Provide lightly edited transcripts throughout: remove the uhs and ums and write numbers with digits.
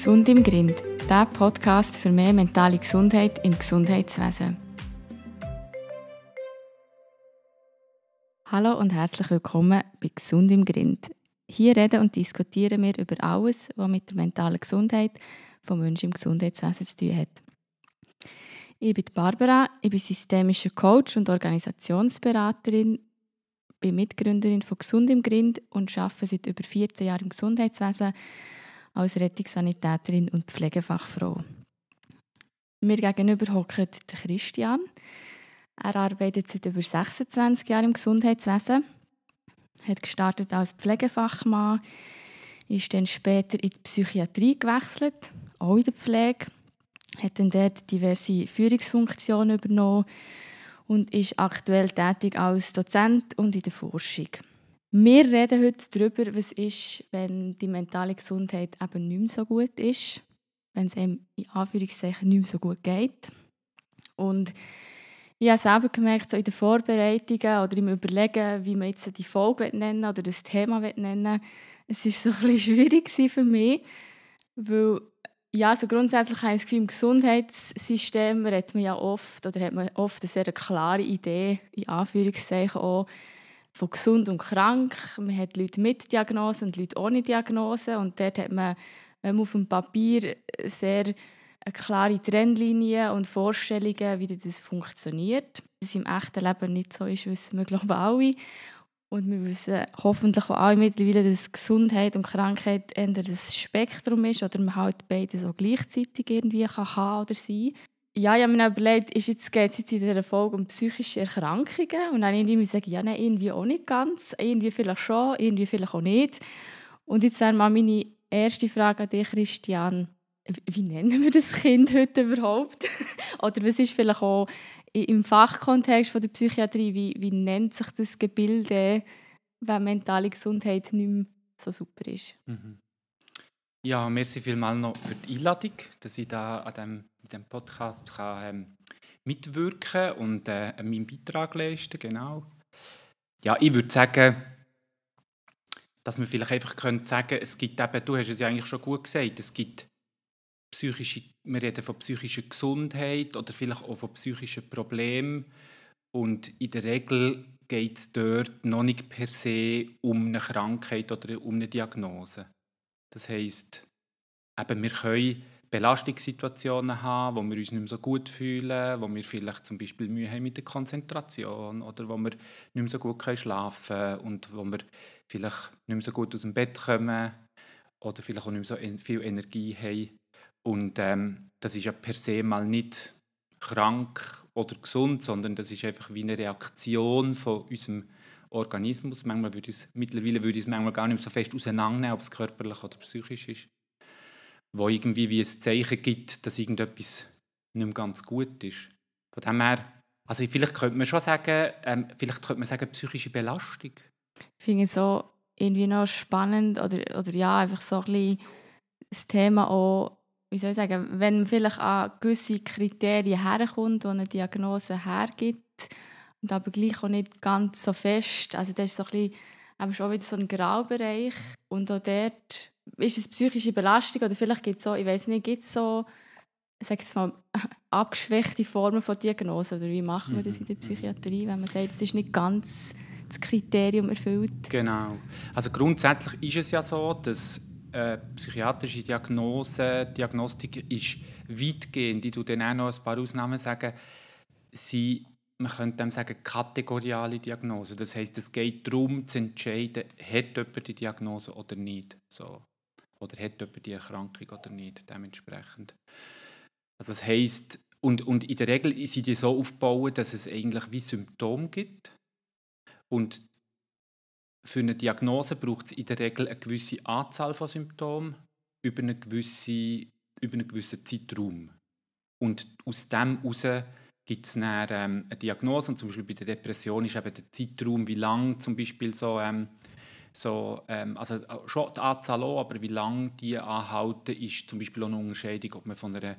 Gesund im Grind, der Podcast für mehr mentale Gesundheit im Gesundheitswesen. Hallo und herzlich willkommen bei Gesund im Grind. Hier reden und diskutieren wir über alles, was mit der mentalen Gesundheit von Menschen im Gesundheitswesen zu tun hat. Ich bin Barbara, ich bin systemischer Coach und Organisationsberaterin, bin Mitgründerin von Gesund im Grind und arbeite seit über 14 Jahren im Gesundheitswesen als Rettungssanitäterin und Pflegefachfrau. Mir gegenüber hockt der Christian. Er arbeitet seit über 26 Jahren im Gesundheitswesen, hat gestartet als Pflegefachmann, ist dann später in die Psychiatrie gewechselt, auch in der Pflege, hat dann dort diverse Führungsfunktionen übernommen und ist aktuell tätig als Dozent und in der Forschung. Wir reden heute darüber, was ist, wenn die mentale Gesundheit eben nicht mehr so gut ist, wenn es einem in Anführungszeichen nicht mehr so gut geht. Und ich habe selber gemerkt, so in den Vorbereitungen oder im Überlegen, wie man jetzt die Folge nennen oder das Thema nennen will, es war so ein bisschen schwierig für mich, weil ja, so grundsätzlich habe ich das Gefühl, im Gesundheitssystem hat man oft eine sehr klare Idee, in Anführungszeichen auch, von gesund und krank. Man hat Leute mit Diagnose und Leute ohne Diagnose. Und dort hat man auf dem Papier sehr eine klare Trennlinie und Vorstellungen, wie das funktioniert. Dass es im echten Leben nicht so ist, wissen wir, glaube ich, alle. Und wir wissen hoffentlich auch alle mittlerweile, dass Gesundheit und Krankheit eher das Spektrum ist oder man halt beide so gleichzeitig irgendwie haben oder sein. Ja, ich habe mir überlegt, geht es jetzt in dieser Folge um psychische Erkrankungen? Und dann irgendwie sagen, ja, nein, irgendwie auch nicht ganz. Irgendwie vielleicht schon, irgendwie vielleicht auch nicht. Und jetzt wäre mal meine erste Frage an dich, Christian. Wie nennen wir das Kind heute überhaupt? Oder was ist vielleicht auch im Fachkontext von der Psychiatrie, wie nennt sich das Gebilde, wenn mentale Gesundheit nicht mehr so super ist? Ja, merci vielmals noch für die Einladung, dass ich da in diesem Podcast mitwirken kann und meinen Beitrag leisten. Genau. Ja, ich würde sagen, dass wir vielleicht einfach sagen können, es gibt eben, du hast es ja eigentlich schon gut gesagt, es gibt wir reden von psychischer Gesundheit oder vielleicht auch von psychischen Problemen. Und in der Regel geht es dort noch nicht per se um eine Krankheit oder um eine Diagnose. Das heisst, wir können Belastungssituationen haben, wo wir uns nicht mehr so gut fühlen, wo wir vielleicht zum Beispiel Mühe haben mit der Konzentration oder wo wir nicht mehr so gut schlafen können und wo wir vielleicht nicht mehr so gut aus dem Bett kommen oder vielleicht auch nicht mehr so viel Energie haben. Und das ist ja per se mal nicht krank oder gesund, sondern das ist einfach wie eine Reaktion von unserem Organismus. Mittlerweile würde ich es manchmal gar nicht mehr so fest auseinandernehmen, ob es körperlich oder psychisch ist, wo irgendwie wie ein Zeichen gibt, dass irgendetwas nicht mehr ganz gut ist. Von dem her, also vielleicht könnte man schon sagen, psychische Belastung. Ich finde es so irgendwie noch spannend oder ja, einfach so ein bisschen das Thema auch, wie soll ich sagen, wenn man vielleicht an gewisse Kriterien herkommt, die eine Diagnose hergibt, und aber gleich auch nicht ganz so fest. Also das ist so ein bisschen, aber schon wieder so ein Graubereich. Und auch dort ist es psychische Belastung oder vielleicht gibt es so, ich weiß nicht, gibt es so, ich sage jetzt mal, abgeschwächte Formen von Diagnose oder wie macht man das in der Psychiatrie, wenn man sagt, es ist nicht ganz das Kriterium erfüllt? Genau. Also grundsätzlich ist es ja so, dass psychiatrische Diagnostik ist weitgehend, ich tue dann auch noch ein paar Ausnahmen sagen, man könnte dem sagen, kategoriale Diagnose. Das heisst, es geht darum, zu entscheiden, hat jemand die Diagnose oder nicht. So. Oder hat jemand die Erkrankung oder nicht, dementsprechend. Also das heisst, und in der Regel sind die so aufgebaut, dass es eigentlich wie Symptome gibt. Und für eine Diagnose braucht es in der Regel eine gewisse Anzahl von Symptomen über einen gewissen Zeitraum. Und aus dem heraus gibt es dann eine Diagnose. Und zum Beispiel bei der Depression ist eben der Zeitraum, wie lang zum Beispiel also schon die Anzahl auch, aber wie lange die anhalten, ist zum Beispiel auch eine Unterscheidung, ob man von einer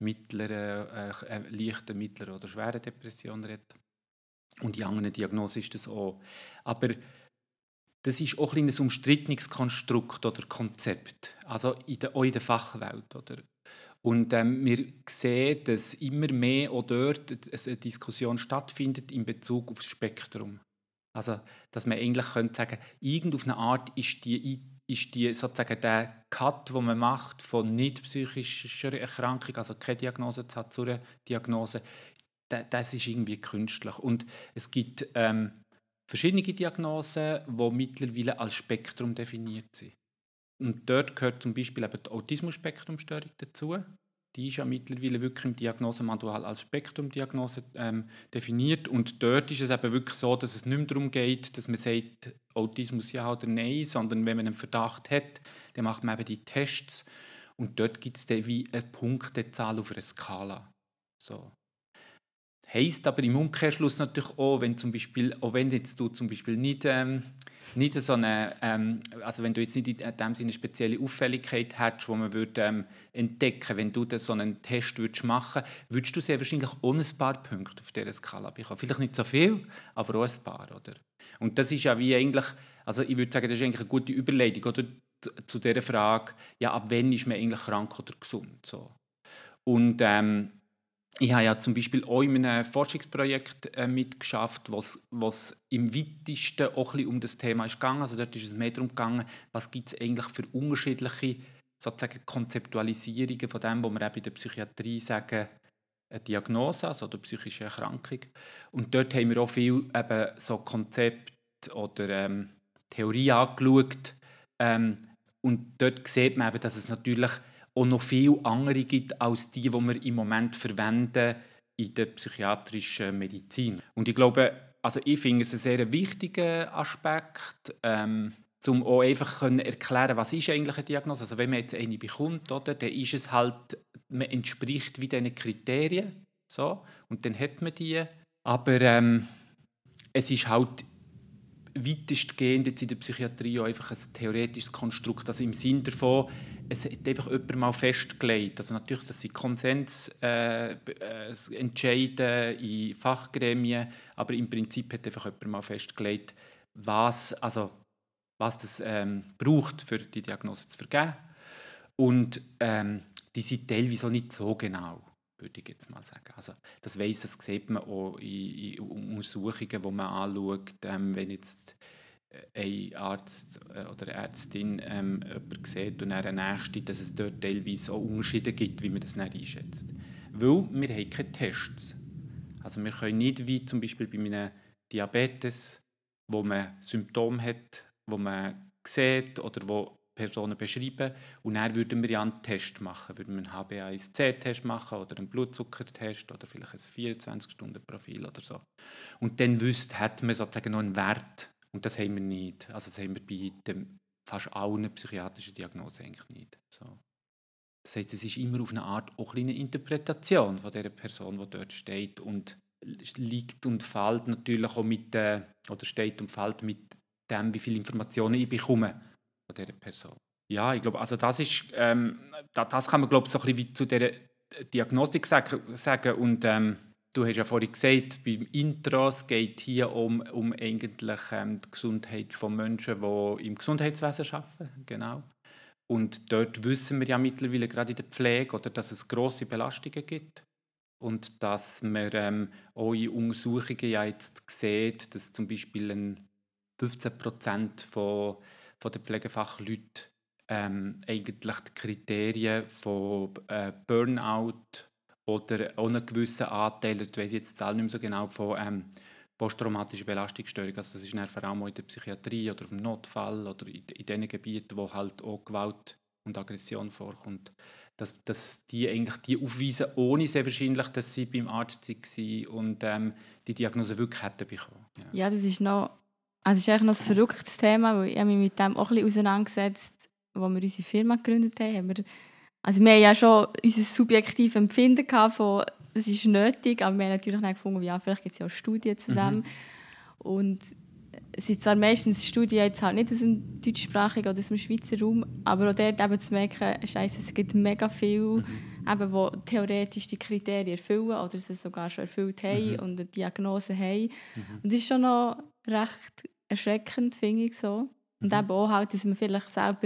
leichten, mittleren oder schweren Depression redet. Und in anderen Diagnosen ist das auch. Aber das ist auch ein umstrittenes Konstrukt oder Konzept, also auch in der Fachwelt. Oder? Und wir sehen, dass immer mehr auch dort eine Diskussion stattfindet in Bezug auf das Spektrum. Also, dass man eigentlich könnte sagen, auf eine Art ist die sozusagen der Cut, den man macht von nicht psychischer Erkrankung, also keine Diagnose zu haben zu einer Diagnose, das ist irgendwie künstlich. Und es gibt verschiedene Diagnosen, die mittlerweile als Spektrum definiert sind. Und dort gehört zum Beispiel eben die Autismus-Spektrum-Störung dazu. Die ist ja mittlerweile wirklich im Diagnosemanual als Spektrumdiagnose definiert. Und dort ist es eben wirklich so, dass es nicht mehr darum geht, dass man sagt, Autismus ja oder nein, sondern wenn man einen Verdacht hat, dann macht man eben die Tests. Und dort gibt es dann wie eine Punktezahl auf einer Skala. So. Heisst aber im Umkehrschluss natürlich auch, wenn zum Beispiel, auch wenn jetzt du zum Beispiel nicht so eine, also wenn du jetzt nicht in dem Sinne eine spezielle Auffälligkeit hättest, die man würde, entdecken, wenn du so einen Test würdest machen, würdest du sehr wahrscheinlich auch ein paar Punkte auf dieser Skala bekommen. Vielleicht nicht so viel, aber auch ein paar, oder? Und das ist ja wie eigentlich, also ich würde sagen, das ist eigentlich eine gute Überleitung, oder, zu dieser Frage, ja, ab wann ist man eigentlich krank oder gesund? So. Und ich habe ja zum Beispiel auch in einem Forschungsprojekt mitgeschafft, was im weitesten auch ein bisschen um das Thema ist gegangen. Also dort ist es mehr darum gegangen, was gibt es eigentlich für unterschiedliche sozusagen Konzeptualisierungen von dem, was wir eben in der Psychiatrie sagen, eine Diagnose, also eine psychische Erkrankung. Und dort haben wir auch viel eben so Konzepte oder Theorie angeschaut. Und dort sieht man eben, dass es natürlich auch noch viele andere gibt als die wir im Moment verwenden in der psychiatrischen Medizin. Und ich glaube, also ich finde es einen sehr wichtigen Aspekt, um auch einfach erklären, was ist eigentlich eine Diagnose. Also wenn man jetzt eine bekommt, oder, dann ist es halt, man entspricht wie diesen Kriterien, so, und dann hat man die. Aber es ist halt weitestgehend jetzt in der Psychiatrie auch einfach ein theoretisches Konstrukt, also im Sinne davon, es hat einfach jemand mal festgelegt. Also natürlich, das sind Konsensentscheide in Fachgremien, aber im Prinzip hat einfach jemand mal festgelegt, was das braucht, für die Diagnose zu vergeben. Und die sind teilweise auch nicht so genau, würde ich jetzt mal sagen. Also das sieht man auch in Untersuchungen, die man anschaut, wenn jetzt ein Arzt oder eine Ärztin jemanden sieht und eine Nächste, dass es dort teilweise auch Unterschiede gibt, wie man das nicht einschätzt. Weil wir haben keine Tests. Also wir können nicht, wie zum Beispiel bei einem Diabetes, wo man Symptome hat, wo man sieht oder wo Personen beschreiben. Und dann würden wir ja einen Test machen. Würden wir einen HbA1c-Test machen oder einen Blutzuckertest oder vielleicht ein 24-Stunden-Profil oder so. Und dann hat man sozusagen noch einen Wert. Und das haben wir nicht. Also das haben wir bei fast allen psychiatrischen Diagnosen eigentlich nicht. So. Das heisst, es ist immer auf eine Art auch eine Interpretation von der Person, die dort steht und liegt und fällt natürlich auch oder steht und fällt mit dem, wie viele Informationen ich bekomme von dieser Person. Ja, ich glaube, also das ist, das kann man glaube ich so ein bisschen wie zu dieser Diagnostik sagen und du hast ja vorhin gesagt, beim Intro, es geht hier um eigentlich die Gesundheit von Menschen, die im Gesundheitswesen arbeiten. Genau. Und dort wissen wir ja mittlerweile gerade in der Pflege, oder, dass es grosse Belastungen gibt. Und dass man auch in Untersuchungen ja jetzt sieht, dass zum Beispiel 15% von den Pflegefachleuten eigentlich die Kriterien von Burnout oder auch einen gewissen Anteil, ich weiss jetzt die Zahl nicht mehr so genau, von posttraumatischer Belastungsstörung. Also das ist dann vor allem auch in der Psychiatrie oder im Notfall oder in den Gebieten, wo halt auch Gewalt und Aggression vorkommt. Dass die eigentlich die aufweisen, ohne sehr wahrscheinlich, dass sie beim Arzt waren und die Diagnose wirklich hätten bekommen. Ja, das ist noch, also ist eigentlich noch ein verrücktes Thema, weil ich mich mit dem auch ein bisschen auseinandergesetzt, als wir unsere Firma gegründet haben. Also wir haben ja schon unser subjektives Empfinden gehabt von, es ist nötig, aber wir haben natürlich nicht gefunden, ja, vielleicht gibt es ja auch Studien zu dem. Und es sind zwar meistens Studien jetzt halt nicht aus dem deutschsprachigen oder aus dem Schweizer Raum, aber auch dort eben zu merken, Scheiße, es gibt mega viele, die theoretisch die Kriterien erfüllen oder sie sogar schon erfüllt haben und eine Diagnose haben. Und das ist schon noch recht erschreckend, finde ich so. Und eben auch halt, dass man vielleicht selber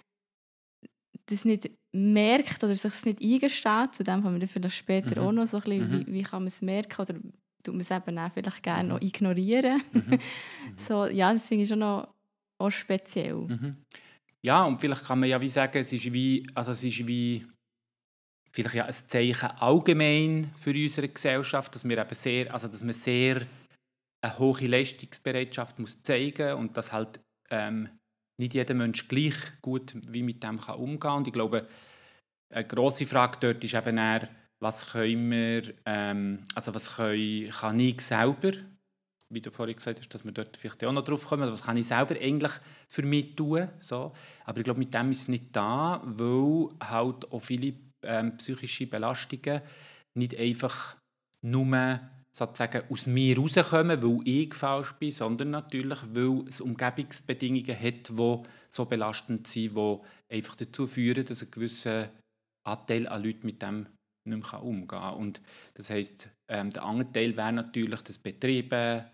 das nicht merkt oder sich es nicht eingesteht. Zu dem kommen wir dann vielleicht später auch noch so ein bisschen, wie kann man es merken oder tut man es eben auch vielleicht gerne noch ignorieren. So, ja, das finde ich schon noch auch speziell. Ja, und vielleicht kann man ja wie sagen, es ist wie vielleicht ja ein Zeichen allgemein für unsere Gesellschaft, dass wir eben dass man sehr eine hohe Leistungsbereitschaft muss zeigen und dass halt nicht jeder Mensch gleich gut wie mit dem kann umgehen kann. Und ich glaube, eine grosse Frage dort ist eben eher, was können wir, kann ich selber, wie du vorhin gesagt hast, dass wir dort vielleicht auch noch drauf kommen, was kann ich selber eigentlich für mich tun? So. Aber ich glaube, mit dem ist es nicht da, weil halt auch viele psychische Belastungen nicht einfach nur sozusagen aus mir rauskommen, weil ich falsch bin, sondern natürlich, weil es Umgebungsbedingungen hat, die so belastend sind, die einfach dazu führen, dass ein gewisser Anteil an Leuten mit dem nicht mehr umgehen kann. Und das heisst, der andere Teil wäre natürlich das Betrieben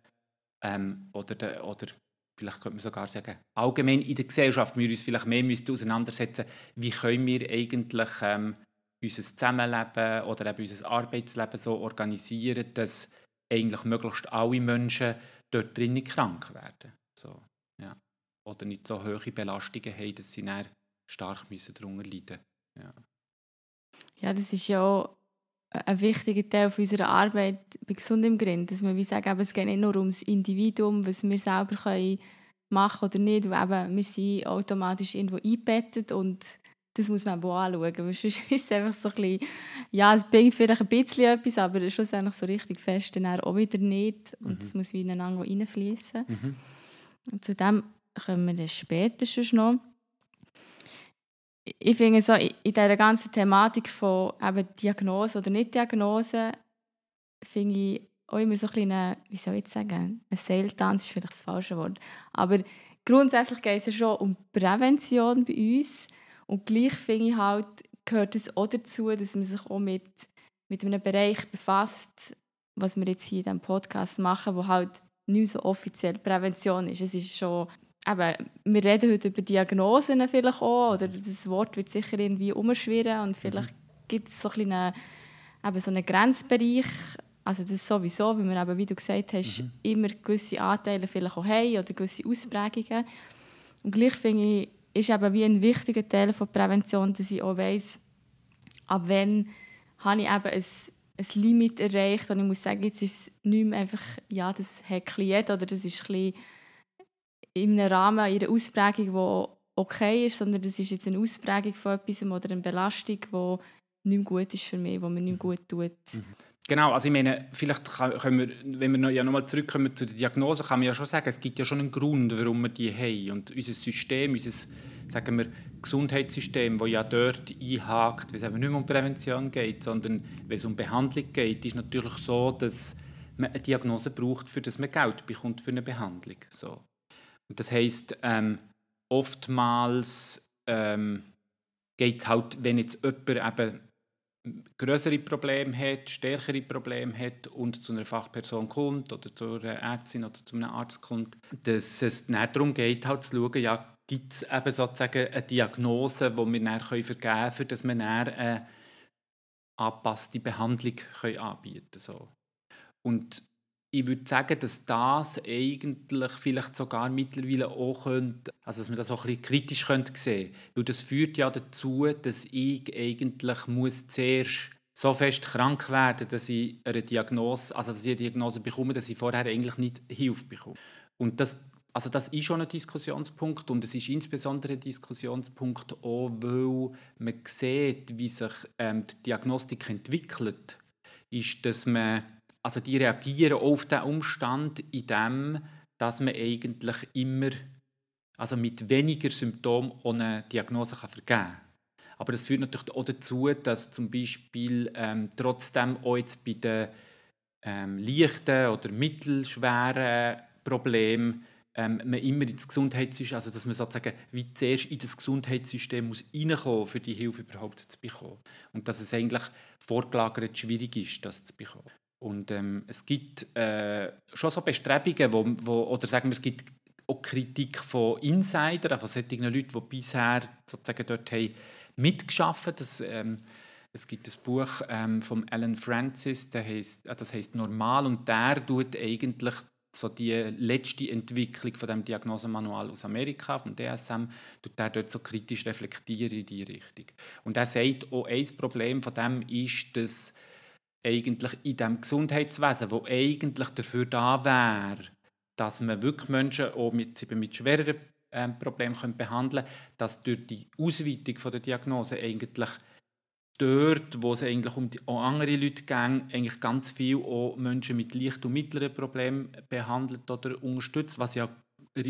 oder vielleicht könnte man sogar sagen, allgemein in der Gesellschaft wir uns vielleicht mehr auseinandersetzen, wie können wir eigentlich unser Zusammenleben oder eben unser Arbeitsleben so organisieren, dass eigentlich möglichst alle Menschen dort drin nicht krank werden. So, ja. Oder nicht so hohe Belastungen haben, dass sie dann stark darunter leiden müssen. Ja. Ja, das ist ja auch ein wichtiger Teil unserer Arbeit bei «Gesund im Grind», dass wir wie sagen, es geht nicht nur ums Individuum, was wir selber können machen oder nicht, weil eben, wir sind automatisch irgendwo eingebettet und das muss man auch anschauen, weil sonst ist es einfach so ein bisschen, ja, es bringt vielleicht ein bisschen etwas, aber schlussendlich so richtig fest dann auch wieder nicht und es muss wie ineinander reinfließen. Und zu dem kommen wir dann später schon noch. Ich finde so, in dieser ganzen Thematik von eben Diagnose oder Nicht-Diagnose finde ich auch immer so ein bisschen, wie soll ich jetzt sagen, ein Seiltanz ist vielleicht das falsche Wort. Aber grundsätzlich geht es ja schon um Prävention bei uns. Und gleich finde ich halt, gehört es auch dazu, dass man sich auch mit einem Bereich befasst, was wir jetzt hier in diesem Podcast machen, wo halt nicht mehr so offiziell Prävention ist. Es ist schon, eben, wir reden heute über Diagnosen vielleicht auch, oder das Wort wird sicher irgendwie umschwirren und vielleicht gibt es so ein bisschen so einen Grenzbereich. Also das sowieso, weil wir eben, wie du gesagt hast, immer gewisse Anteile vielleicht auch haben oder gewisse Ausprägungen. Und gleich finde ich, ist eben wie ein wichtiger Teil von Prävention, dass ich auch weiss, ab wann habe ich eben ein Limit erreicht und ich muss sagen, jetzt ist es nicht mehr einfach, ja, das hat jeder oder das ist ein bisschen in einem Rahmen, in einer Ausprägung, die okay ist, sondern das ist jetzt eine Ausprägung von etwas oder eine Belastung, die nicht mehr gut ist für mich, die mir nicht mehr gut tut. Genau, also ich meine, vielleicht können wir, wenn wir noch mal zurückkommen zu der Diagnose, kann man ja schon sagen, es gibt ja schon einen Grund, warum wir die haben. Und unser System, unser, sagen wir, Gesundheitssystem, das ja dort einhakt, wenn es eben nicht mehr um Prävention geht, sondern wenn es um Behandlung geht, ist natürlich so, dass man eine Diagnose braucht, für das man Geld bekommt für eine Behandlung. So. Und das heisst, oftmals geht es halt, wenn jetzt jemand eben größere Probleme hat, stärkere Probleme hat und zu einer Fachperson kommt oder zu einer Ärztin oder zu einem Arzt kommt, dass es dann darum geht, halt zu schauen, ja, gibt es eben sozusagen eine Diagnose, die wir dann vergeben können, für dass wir dann eine angepasste Behandlung anbieten können. So. Und ich würde sagen, dass das eigentlich vielleicht sogar mittlerweile auch könnte, also dass man das auch ein bisschen kritisch sehen könnte. Weil das führt ja dazu, dass ich eigentlich zuerst so fest krank werden, dass ich eine Diagnose bekomme, dass ich vorher eigentlich nicht Hilfe bekomme. Und das ist schon ein Diskussionspunkt und es ist insbesondere ein Diskussionspunkt auch, weil man sieht, wie sich die Diagnostik entwickelt, ist, dass man die reagieren auf diesen Umstand, indem dass man eigentlich immer mit weniger Symptomen eine Diagnose vergeben kann. Aber das führt natürlich auch dazu, dass zum Beispiel trotzdem auch jetzt bei den leichten oder mittelschweren Problemen man immer ins Gesundheitssystem, also dass man sozusagen wie zuerst in das Gesundheitssystem muss reinkommen, für die Hilfe überhaupt zu bekommen. Und dass es eigentlich vorgelagert schwierig ist, das zu bekommen. Und es gibt schon so Bestrebungen, oder sagen wir, es gibt auch Kritik von Insidern, von solchen Leuten, die bisher sozusagen dort haben mitgearbeitet haben. Es gibt ein Buch von Alan Francis, das heisst «Normal», und der tut eigentlich so die letzte Entwicklung von dem Diagnosemanual aus Amerika, vom DSM, tut der dort so kritisch reflektieren in die Richtung. Und er sagt, auch ein Problem von dem ist, dass eigentlich in dem Gesundheitswesen, wo eigentlich dafür da wäre, dass man wirklich Menschen auch mit schwereren Problemen behandeln können, dass durch die Ausweitung von der Diagnose eigentlich dort, wo es eigentlich um auch andere Leute geht, eigentlich ganz viel auch Menschen mit leichten und mittleren Problemen behandelt oder unterstützt, was ja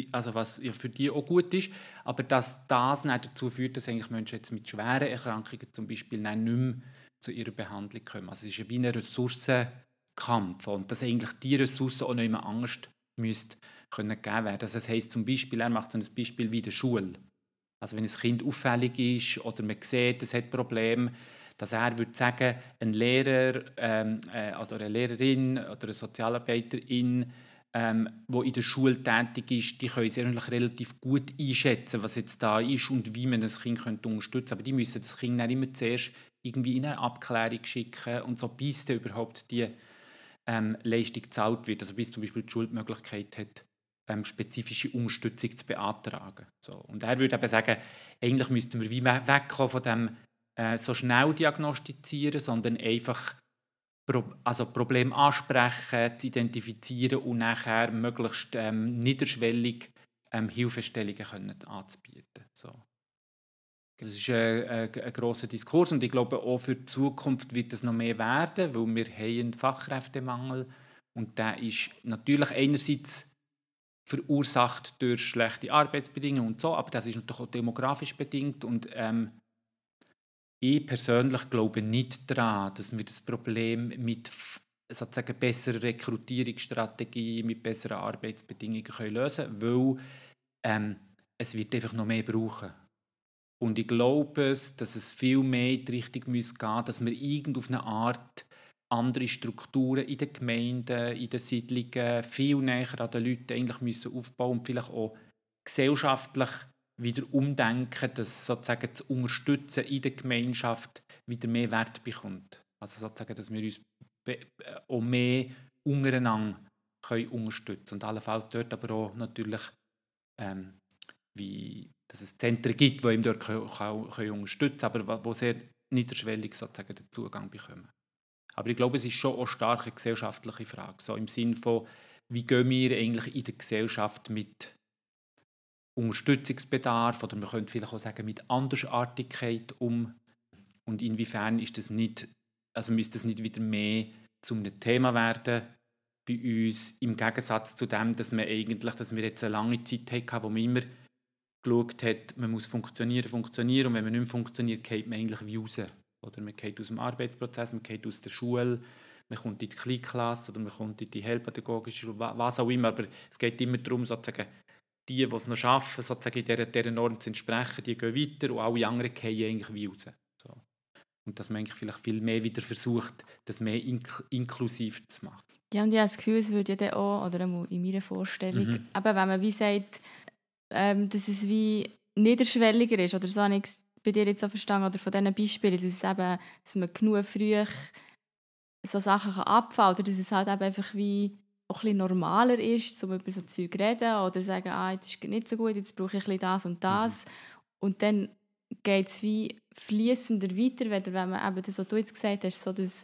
für die auch gut ist, aber dass das nicht dazu führt, dass eigentlich Menschen jetzt mit schweren Erkrankungen zum Beispiel nicht mehr zu ihrer Behandlung kommen. Also es ist wie ein Ressourcenkampf und dass eigentlich die Ressourcen auch nicht mehr Angst müsste gegeben werden. Also das heisst zum Beispiel, er macht so ein Beispiel wie in der Schule. Also wenn ein Kind auffällig ist oder man sieht, es hat Probleme, dass er würde sagen, ein Lehrer oder eine Lehrerin oder eine Sozialarbeiterin, die in der Schule tätig ist, die können sehr relativ gut einschätzen, was jetzt da ist und wie man das Kind unterstützen könnte. Aber die müssen das Kind nicht immer zuerst irgendwie in eine Abklärung schicken und so, bis dann überhaupt die Leistung gezahlt wird. Also bis zum Beispiel die Schule die Möglichkeit hat, spezifische Unterstützung zu beantragen. So. Und er würde eben sagen, eigentlich müssten wir wie wegkommen von dem so schnell diagnostizieren, sondern einfach Problem ansprechen, zu identifizieren und nachher möglichst niederschwellig Hilfestellungen können anzubieten. So. Das ist ein grosser Diskurs und ich glaube, auch für die Zukunft wird es noch mehr werden, weil wir haben einen Fachkräftemangel und der ist natürlich einerseits verursacht durch schlechte Arbeitsbedingungen und so, aber das ist natürlich auch demografisch bedingt und ich persönlich glaube nicht daran, dass wir das Problem mit sozusagen besserer Rekrutierungsstrategie, mit besseren Arbeitsbedingungen lösen können, weil es wird einfach noch mehr brauchen. Und ich glaube, dass es viel mehr in die Richtung gehen muss, dass wir auf eine Art andere Strukturen in den Gemeinden, in den Siedlungen viel näher an den Leuten eigentlich müssen aufbauen und vielleicht auch gesellschaftlich wieder umdenken, dass sozusagen das Unterstützen in der Gemeinschaft wieder mehr Wert bekommt. Also sozusagen, dass wir uns auch mehr untereinander unterstützen können. Und allenfalls dort aber auch natürlich dass es Zentren gibt, die ihm dort unterstützen können, aber wo sehr niederschwellig sozusagen den Zugang bekommen. Aber ich glaube, es ist schon auch stark eine gesellschaftliche Frage, so im Sinne von, wie gehen wir eigentlich in der Gesellschaft mit Unterstützungsbedarf oder man könnte vielleicht auch sagen mit Andersartigkeit um und inwiefern ist das nicht, also müsste das nicht wieder mehr zu einem Thema werden bei uns, im Gegensatz zu dem, dass wir jetzt eine lange Zeit hatten, wo man immer geschaut hat, man muss funktionieren und wenn man nicht mehr funktioniert, geht man eigentlich wie raus. Oder man geht aus dem Arbeitsprozess, man geht aus der Schule, man kommt in die Kleinklasse oder man kommt in die heilpädagogische Schule, was auch immer, aber es geht immer darum, sozusagen, die es noch schaffen, sozusagen dieser Norm zu entsprechen, die gehen weiter und alle anderen gehen eigentlich wie raus. So. Und dass man eigentlich vielleicht viel mehr wieder versucht, das mehr inklusiv zu machen. Ja, und ich habe das Gefühl, es würde ja dann auch, oder in meiner Vorstellung, aber wenn man wie sagt, dass es wie niederschwelliger ist, oder so habe ich es bei dir jetzt so verstanden, oder von diesen Beispielen, dass man genug früh so Sachen abfallen kann, oder dass es halt eben einfach wie auch ein bisschen normaler ist, um über so Zeug zu reden oder sagen, jetzt ist es nicht so gut, jetzt brauche ich ein bisschen das und das. Und dann geht es wie fließender weiter, wenn man eben das, was du jetzt gesagt hast, so dass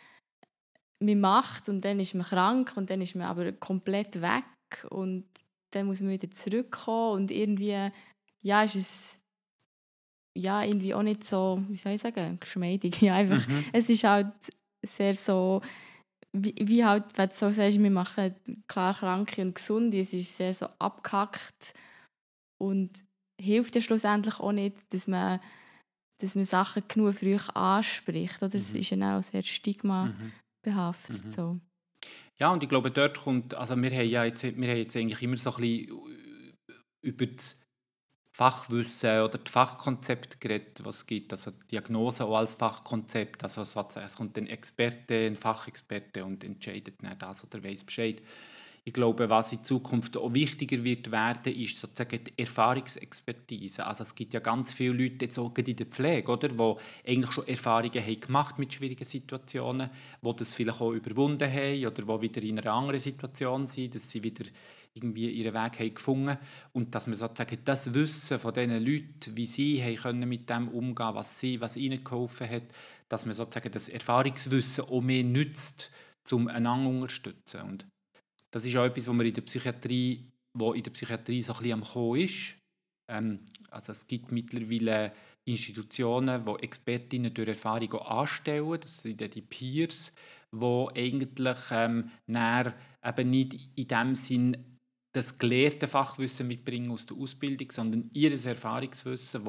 man macht und dann ist man krank und dann ist man aber komplett weg und dann muss man wieder zurückkommen und irgendwie ist es irgendwie auch nicht so, wie soll ich sagen, geschmeidig. Ja, einfach, es ist halt sehr so, wie halt, wenn du so sagst, wir machen klar Kranke und Gesunde, es ist sehr so abgehackt und hilft ja schlussendlich auch nicht, dass man Sachen genug früh anspricht. Oder? Das ist ja auch sehr stigmabehaftet. So. Ja, und ich glaube, dort kommt, also wir haben jetzt eigentlich immer so ein bisschen über das Fachwissen oder das Fachkonzept geredet, was es gibt, also Diagnose auch als Fachkonzept, also es kommt ein Experte, ein Fachexperte und entscheidet nicht das oder weiss Bescheid. ich glaube, was in Zukunft auch wichtiger wird werden, ist sozusagen die Erfahrungsexpertise. Also es gibt ja ganz viele Leute jetzt auch in der Pflege, oder, die eigentlich schon Erfahrungen haben gemacht mit schwierigen Situationen, die das vielleicht auch überwunden haben oder die wieder in einer anderen Situation sind, dass sie wieder irgendwie ihren Weg haben gefunden, und dass man sozusagen das Wissen von diesen Leuten, wie sie haben können mit dem umgehen, was ihnen geholfen hat, dass man sozusagen das Erfahrungswissen auch mehr nützt, um einander zu unterstützen. Und das ist auch etwas, was in der Psychiatrie so ein bisschen am Kommen ist. Also es gibt mittlerweile Institutionen, die Expertinnen durch Erfahrung auch anstellen. Das sind dann die Peers, die eigentlich nachher eben nicht in dem Sinn das gelehrte Fachwissen mitbringen aus der Ausbildung, sondern ihr Erfahrungswissen,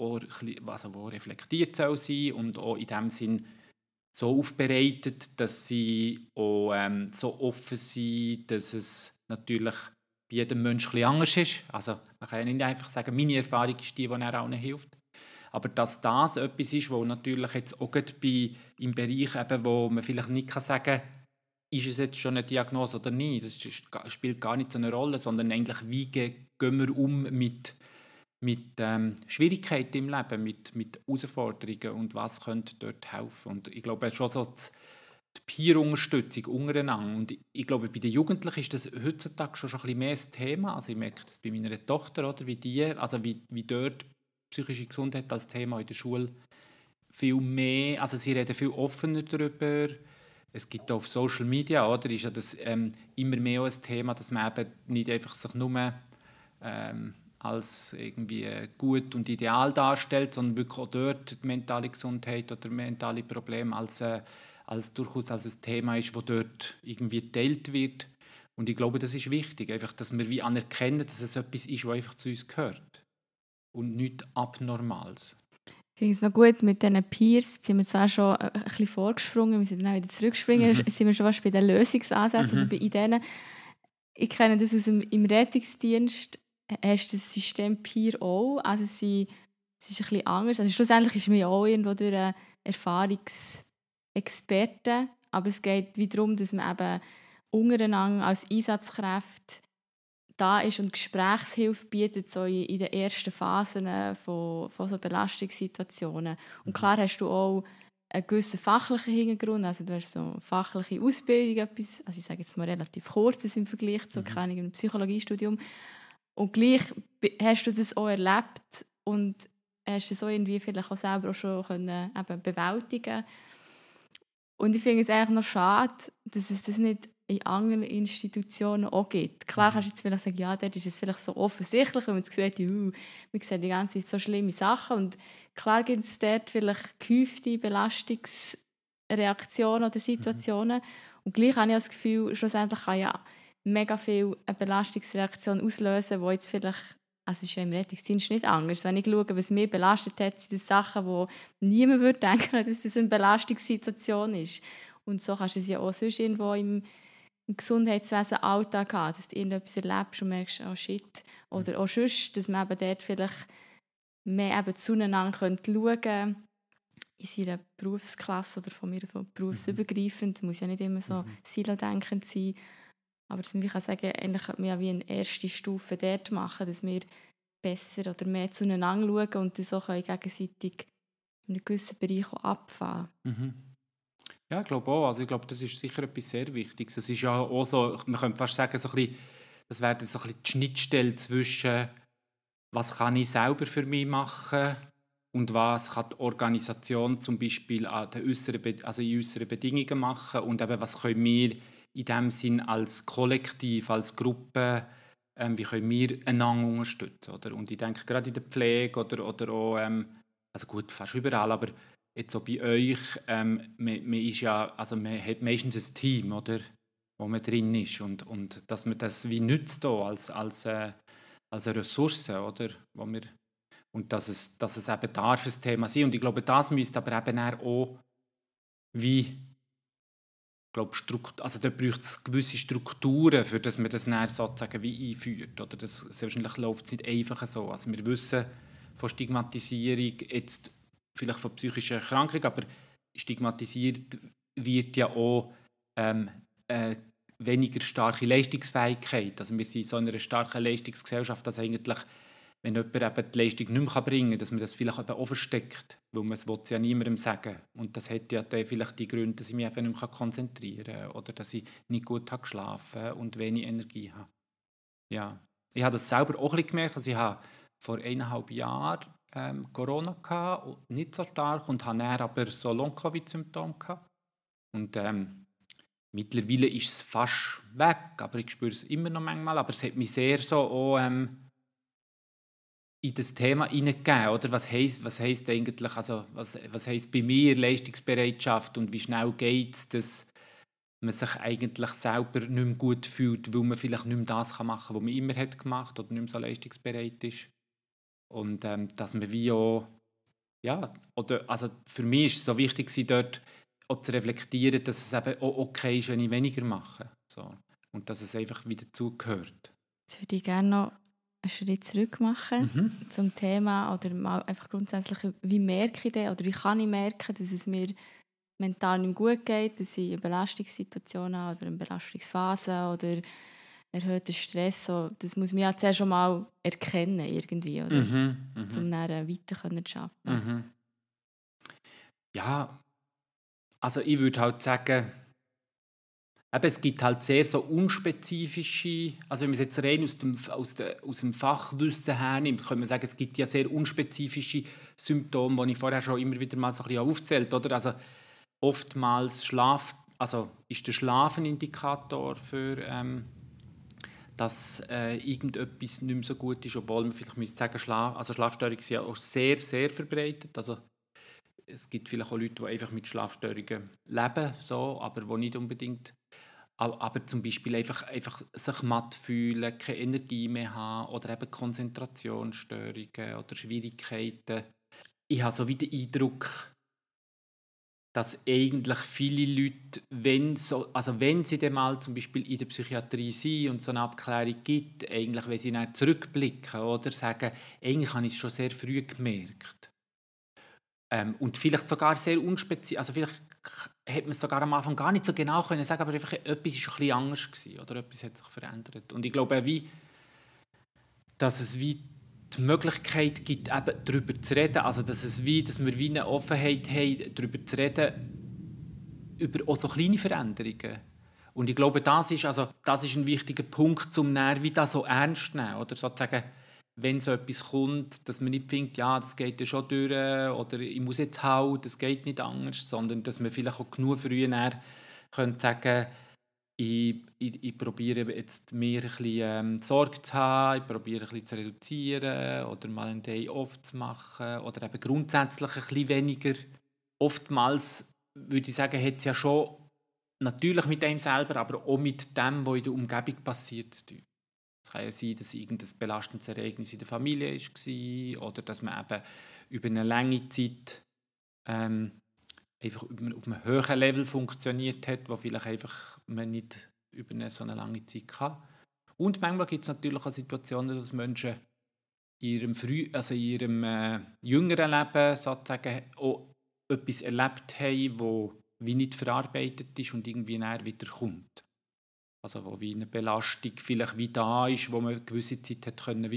wo reflektiert soll sein und auch in dem Sinn so aufbereitet, dass sie auch so offen sind, dass es natürlich bei jedem Menschen ein bisschen anders ist. Also man kann ja nicht einfach sagen, meine Erfahrung ist die er allen hilft. Aber dass das etwas ist, wo natürlich jetzt auch im Bereich, eben, wo man vielleicht nicht sagen kann, ist es jetzt schon eine Diagnose oder nicht, das spielt gar nicht so eine Rolle, sondern eigentlich, wie gehen wir um mit Schwierigkeiten im Leben, mit Herausforderungen und was könnte dort helfen. Und ich glaube schon so die Peer-Unterstützung untereinander. Und ich glaube, bei den Jugendlichen ist das heutzutage schon ein bisschen mehr das Thema. Also ich merke das bei meiner Tochter, oder, wie dort psychische Gesundheit als Thema in der Schule viel mehr, also sie reden viel offener darüber. Es gibt auch auf Social Media, oder, ist ja das immer mehr ein Thema, dass man eben nicht einfach sich nur als irgendwie gut und ideal darstellt, sondern wirklich auch dort die mentale Gesundheit oder mentale Probleme durchaus als ein Thema ist, das dort irgendwie geteilt wird. Und ich glaube, das ist wichtig, einfach, dass wir wie anerkennen, dass es etwas ist, was einfach zu uns gehört und nichts Abnormales. Ich finde es noch gut mit diesen Peers, sind wir zwar schon ein bisschen vorgesprungen, wir sind dann auch wieder zurückspringen, sind wir schon fast bei den Lösungsansätzen oder bei Ideen. Ich kenne das im Rettungsdienst, hast du das System Peer auch, also es ist ein bisschen anders, also schlussendlich ist man ja auch irgendwo durch einen Erfahrungsexperten, aber es geht wie darum, dass man eben untereinander als Einsatzkräfte da ist und Gesprächshilfe bietet so in den ersten Phasen von so Belastungssituationen. Und klar hast du auch einen gewissen fachlichen Hintergrund, also du hast so fachliche Ausbildung, etwas, also ich sage jetzt mal relativ kurzes im Vergleich zu einem Psychologiestudium. Und gleich hast du das auch erlebt und hast das auch irgendwie vielleicht auch selber auch schon können, eben bewältigen. Und ich finde es eigentlich noch schade, dass es das nicht in anderen Institutionen auch gibt. Klar kannst du jetzt vielleicht sagen, ja, dort ist es vielleicht so offensichtlich, wenn man das Gefühl hat, wir sehen die ganze Zeit so schlimme Sachen. Und klar gibt es dort vielleicht gehäufte Belastungsreaktionen oder Situationen. Und gleich habe ich das Gefühl, schlussendlich kann ja mega viel eine Belastungsreaktion auslösen, die jetzt vielleicht, also es ist ja im Rettungsdienst nicht anders. Wenn ich schaue, was mich belastet hat, sind das Sachen, wo niemand würde denken, dass das eine Belastungssituation ist. Und so kannst du es ja auch sonst irgendwo im Gesundheitswesen Alltag haben, dass du irgendetwas erlebst und merkst, oh shit. Oder auch sonst, dass man eben dort vielleicht mehr eben zueinander schauen könnte, in seiner Berufsklasse oder von berufsübergreifend. Es muss ja nicht immer so silodenkend sein. Aber dass man kann sagen, eigentlich könnte man ja wie eine erste Stufe dort machen, dass wir besser oder mehr zueinander schauen und das auch gegenseitig in einem gewissen Bereich auch abfahren. Ja, ich glaube auch. Also ich glaube, das ist sicher etwas sehr Wichtiges. Es ist ja auch so, man könnte fast sagen, so ein bisschen, das wäre so ein bisschen die Schnittstelle zwischen, was kann ich selber für mich machen und was kann die Organisation zum Beispiel in äußeren Bedingungen machen und eben, was können wir in dem Sinn als Kollektiv, als Gruppe, wie können wir einander unterstützen. Oder? Und ich denke, gerade in der Pflege oder auch, also gut, fast überall, aber jetzt so bei euch, man hat meistens ein Team, oder, wo man drin ist und dass man das wie nützt als eine Ressource, oder, wo wir, und dass es eben darf ein Thema sein. Und ich glaube, das müsste aber eben auch wie, glaube, also da braucht es gewisse Strukturen, für dass man das dann sozusagen wie einführt. Oder das, wahrscheinlich läuft es nicht einfach so. Also wir wissen von Stigmatisierung jetzt vielleicht von psychischen Erkrankungen, aber stigmatisiert wird ja auch weniger starke Leistungsfähigkeit. Also wir sind in so einer starken Leistungsgesellschaft, dass eigentlich, wenn jemand eben die Leistung nicht mehr bringen kann, dass man das vielleicht eben auch versteckt, weil man es ja niemandem sagen. Und das hat ja dann vielleicht die Gründe, dass ich mich eben nicht mehr konzentrieren kann oder dass ich nicht gut habe geschlafen und wenig Energie habe. Ja. Ich habe das selber auch ein bisschen gemerkt, also ich habe vor 1,5 Jahren Corona gehabt, nicht so stark, und habe dann aber so Long-Covid-Symptome gehabt. Und mittlerweile ist es fast weg, aber ich spüre es immer noch manchmal. Aber es hat mich sehr so auch, in das Thema hineingegeben, oder? Was heisst eigentlich, also was heisst bei mir Leistungsbereitschaft und wie schnell geht es, dass man sich eigentlich selber nicht mehr gut fühlt, weil man vielleicht nicht mehr das machen kann, was man immer hat gemacht oder nicht mehr so leistungsbereit ist. Und dass man wie auch, ja, oder, also für mich ist es so wichtig gewesen, dort auch zu reflektieren, dass es eben auch okay ist, wenn ich weniger mache. So. Und dass es einfach wieder dazugehört. Jetzt würde ich gerne noch einen Schritt zurück machen Mhm. zum Thema oder mal einfach grundsätzlich, wie merke ich denn oder wie kann ich merken, dass es mir mental nicht gut geht, dass ich eine Belastungssituation habe oder eine Belastungsphase oder erhöhten Stress. So, das muss man ja zuerst schon mal erkennen irgendwie, oder? Um dann weiter zu arbeiten. Mhm. Ja, also ich würde halt sagen, eben, es gibt halt sehr so unspezifische, also wenn man es jetzt rein aus dem Fachwissen hernimmt, kann man sagen, es gibt ja sehr unspezifische Symptome, die ich vorher schon immer wieder mal so ein bisschen aufgezählt habe, oder? Also oftmals ist der Schlaf ein Indikator für, dass irgendetwas nicht mehr so gut ist, obwohl man vielleicht müsste sagen, Schlafstörungen sind ja auch sehr, sehr verbreitet. Also es gibt vielleicht auch Leute, die einfach mit Schlafstörungen leben, so, aber die nicht unbedingt. Aber zum Beispiel einfach sich matt fühlen, keine Energie mehr haben oder eben Konzentrationsstörungen oder Schwierigkeiten. Ich habe so wie den Eindruck, dass eigentlich viele Leute, wenn sie dann mal zum Beispiel in der Psychiatrie sind und so eine Abklärung gibt, eigentlich, wenn sie dann zurückblicken oder sagen, eigentlich habe ich es schon sehr früh gemerkt. Und vielleicht sogar sehr unspezifisch, also vielleicht hätte man es sogar am Anfang gar nicht so genau können sagen, aber einfach etwas war ein bisschen anders gewesen, oder etwas hat sich verändert. Und ich glaube, dass es wie die Möglichkeit gibt, eben darüber zu reden, also dass wir wie eine Offenheit haben, darüber zu reden, über auch so kleine Veränderungen. Und ich glaube, das ist ein wichtiger Punkt, um wie das so ernst zu nehmen, oder sozusagen, wenn so etwas kommt, dass man nicht denkt, ja, das geht ja schon durch oder ich muss jetzt halt, das geht nicht anders, sondern dass man vielleicht auch genug früher könnte sagen, ich probiere jetzt mehr ein bisschen, Sorge zu haben, ich probiere ein bisschen zu reduzieren oder mal einen Day off zu machen oder eben grundsätzlich ein bisschen weniger. Oftmals würde ich sagen, hat es ja schon natürlich mit einem selber, aber auch mit dem, was in der Umgebung passiert, zu tun. Es kann ja sein, dass irgendein belastendes Ereignis in der Familie war oder dass man eben über eine lange Zeit einfach auf einem höheren Level funktioniert hat, wo vielleicht einfach man nicht über so eine lange Zeit kann. Und manchmal gibt es natürlich auch Situationen, dass Menschen in ihrem jüngeren Leben sozusagen auch etwas erlebt haben, wo wie nicht verarbeitet ist und irgendwie näher wieder kommt. Also wo wie eine Belastung vielleicht wie da ist, wo man eine gewisse Zeit hat können, wie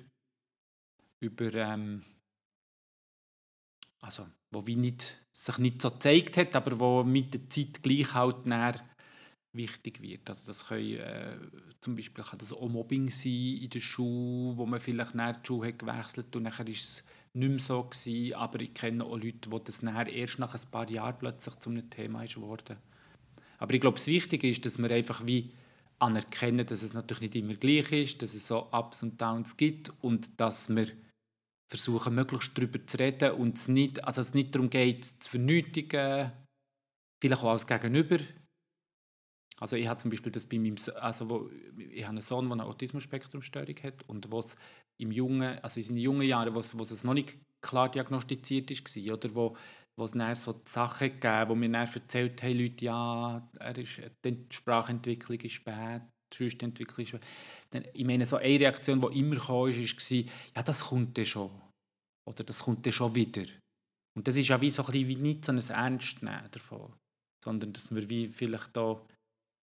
also wo wie sich nicht so gezeigt hat, aber wo mit der Zeit gleich halt näher wichtig wird. Also das zum Beispiel kann das auch Mobbing sein in der Schule, wo man vielleicht näher die Schule hat gewechselt und nachher ist es nicht mehr so gewesen, aber ich kenne auch Leute, wo das nachher erst nach ein paar Jahren plötzlich zu einem Thema ist geworden. Aber ich glaube, das Wichtige ist, dass wir einfach wie anerkennen, dass es natürlich nicht immer gleich ist, dass es so Ups und Downs gibt und dass wir versuchen, möglichst darüber zu reden und es nicht darum geht, zu vernötigen, vielleicht auch als Gegenüber. Also ich habe zum Beispiel das bei meinem ich habe einen Sohn, der eine Autismus-Spektrum-Störung hat und in seinen jungen Jahren, wo es noch nicht klar diagnostiziert war, oder wo es dann so Sachen gegeben, wo mir dann erzählt haben, Leute, ja, die Sprachentwicklung ist spät, die Schriftentwicklung ist spät. Ich meine, so eine Reaktion, die immer kam, war, ja, das kommt dann schon. Oder das kommt dann schon wieder. Und das ist ja wie so ein bisschen wie nicht so ein Ernstnehmen davon, sondern dass wir wie vielleicht da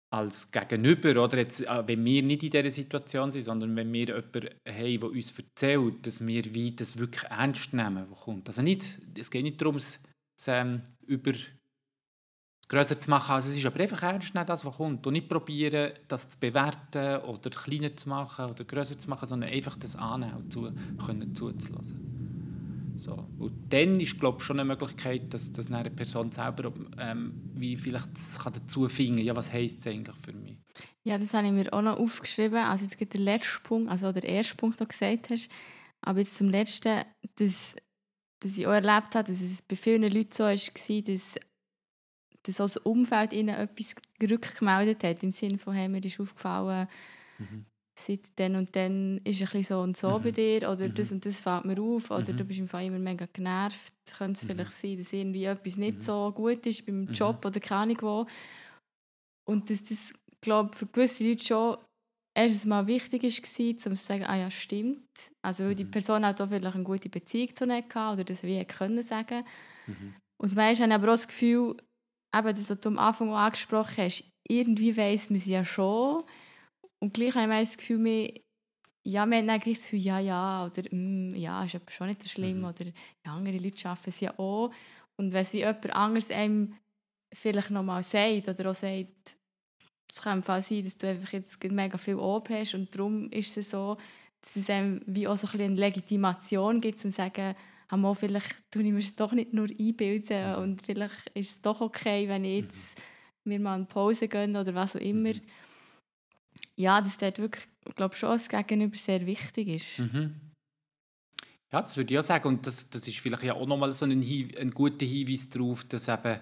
als Gegenüber, oder jetzt, wenn wir nicht in dieser Situation sind, sondern wenn wir jemanden haben, der uns erzählt, dass wir wie das wirklich ernst nehmen, was kommt. Also nicht, es geht nicht darum, es über grösser zu machen, als es ist, aber einfach ernst nehmen, das, was kommt. Und nicht probieren, das zu bewerten oder kleiner zu machen oder grösser zu machen, sondern einfach das annehmen und zuzulassen. So. Und dann ist, glaube ich, schon eine Möglichkeit, dass eine Person selber wie vielleicht das kann dazu finden, ja, was heisst es eigentlich für mich? Ja, das habe ich mir auch noch aufgeschrieben. Also jetzt gerade der letzte Punkt, also der erste Punkt, den du gesagt hast. Aber jetzt zum Letzten, dass ich auch erlebt habe, dass es bei vielen Leuten so war, dass auch das Umfeld ihnen etwas rückgemeldet hat. Im Sinne von, hey, mir ist aufgefallen, seit dann und dann ist ein bisschen so und so bei dir. Oder das und das fällt mir auf. Oder du bist im Fall immer mega genervt. Könnte es vielleicht sein, dass irgendwie etwas nicht so gut ist beim Job oder keine Ahnung wo. Und dass das, glaube ich, für gewisse Leute schon erstens mal wichtig war, um zu sagen, ah ja, stimmt. Also weil die Person halt auch vielleicht eine gute Beziehung zu ihnen hatte oder das wie können sagen. Und manchmal habe ich aber auch das Gefühl, eben das, was du am Anfang auch angesprochen hast, irgendwie weiss man es ja schon. Und gleich habe ich das Gefühl, wir haben dann gleich das Gefühl, ja, oder ja, ist aber schon nicht so schlimm. Oder ja, andere Leute schaffen es ja auch. Und wenn es wie jemand anderes einem vielleicht nochmal sagt oder auch sagt, es kann im Fall sein, dass du einfach jetzt mega viel Ob hast und darum ist es so, dass es einem wie auch so ein bisschen eine Legitimation gibt, um zu sagen, vielleicht tue ich mir es doch nicht nur einbilden und vielleicht ist es doch okay, wenn ich jetzt mir mal eine Pause gönne oder was auch immer. Ja, dass dort wirklich, ich glaube schon, das Gegenüber sehr wichtig ist. Ja, das würde ich auch sagen. Und das ist vielleicht ja auch nochmal so ein guter Hinweis darauf, dass eben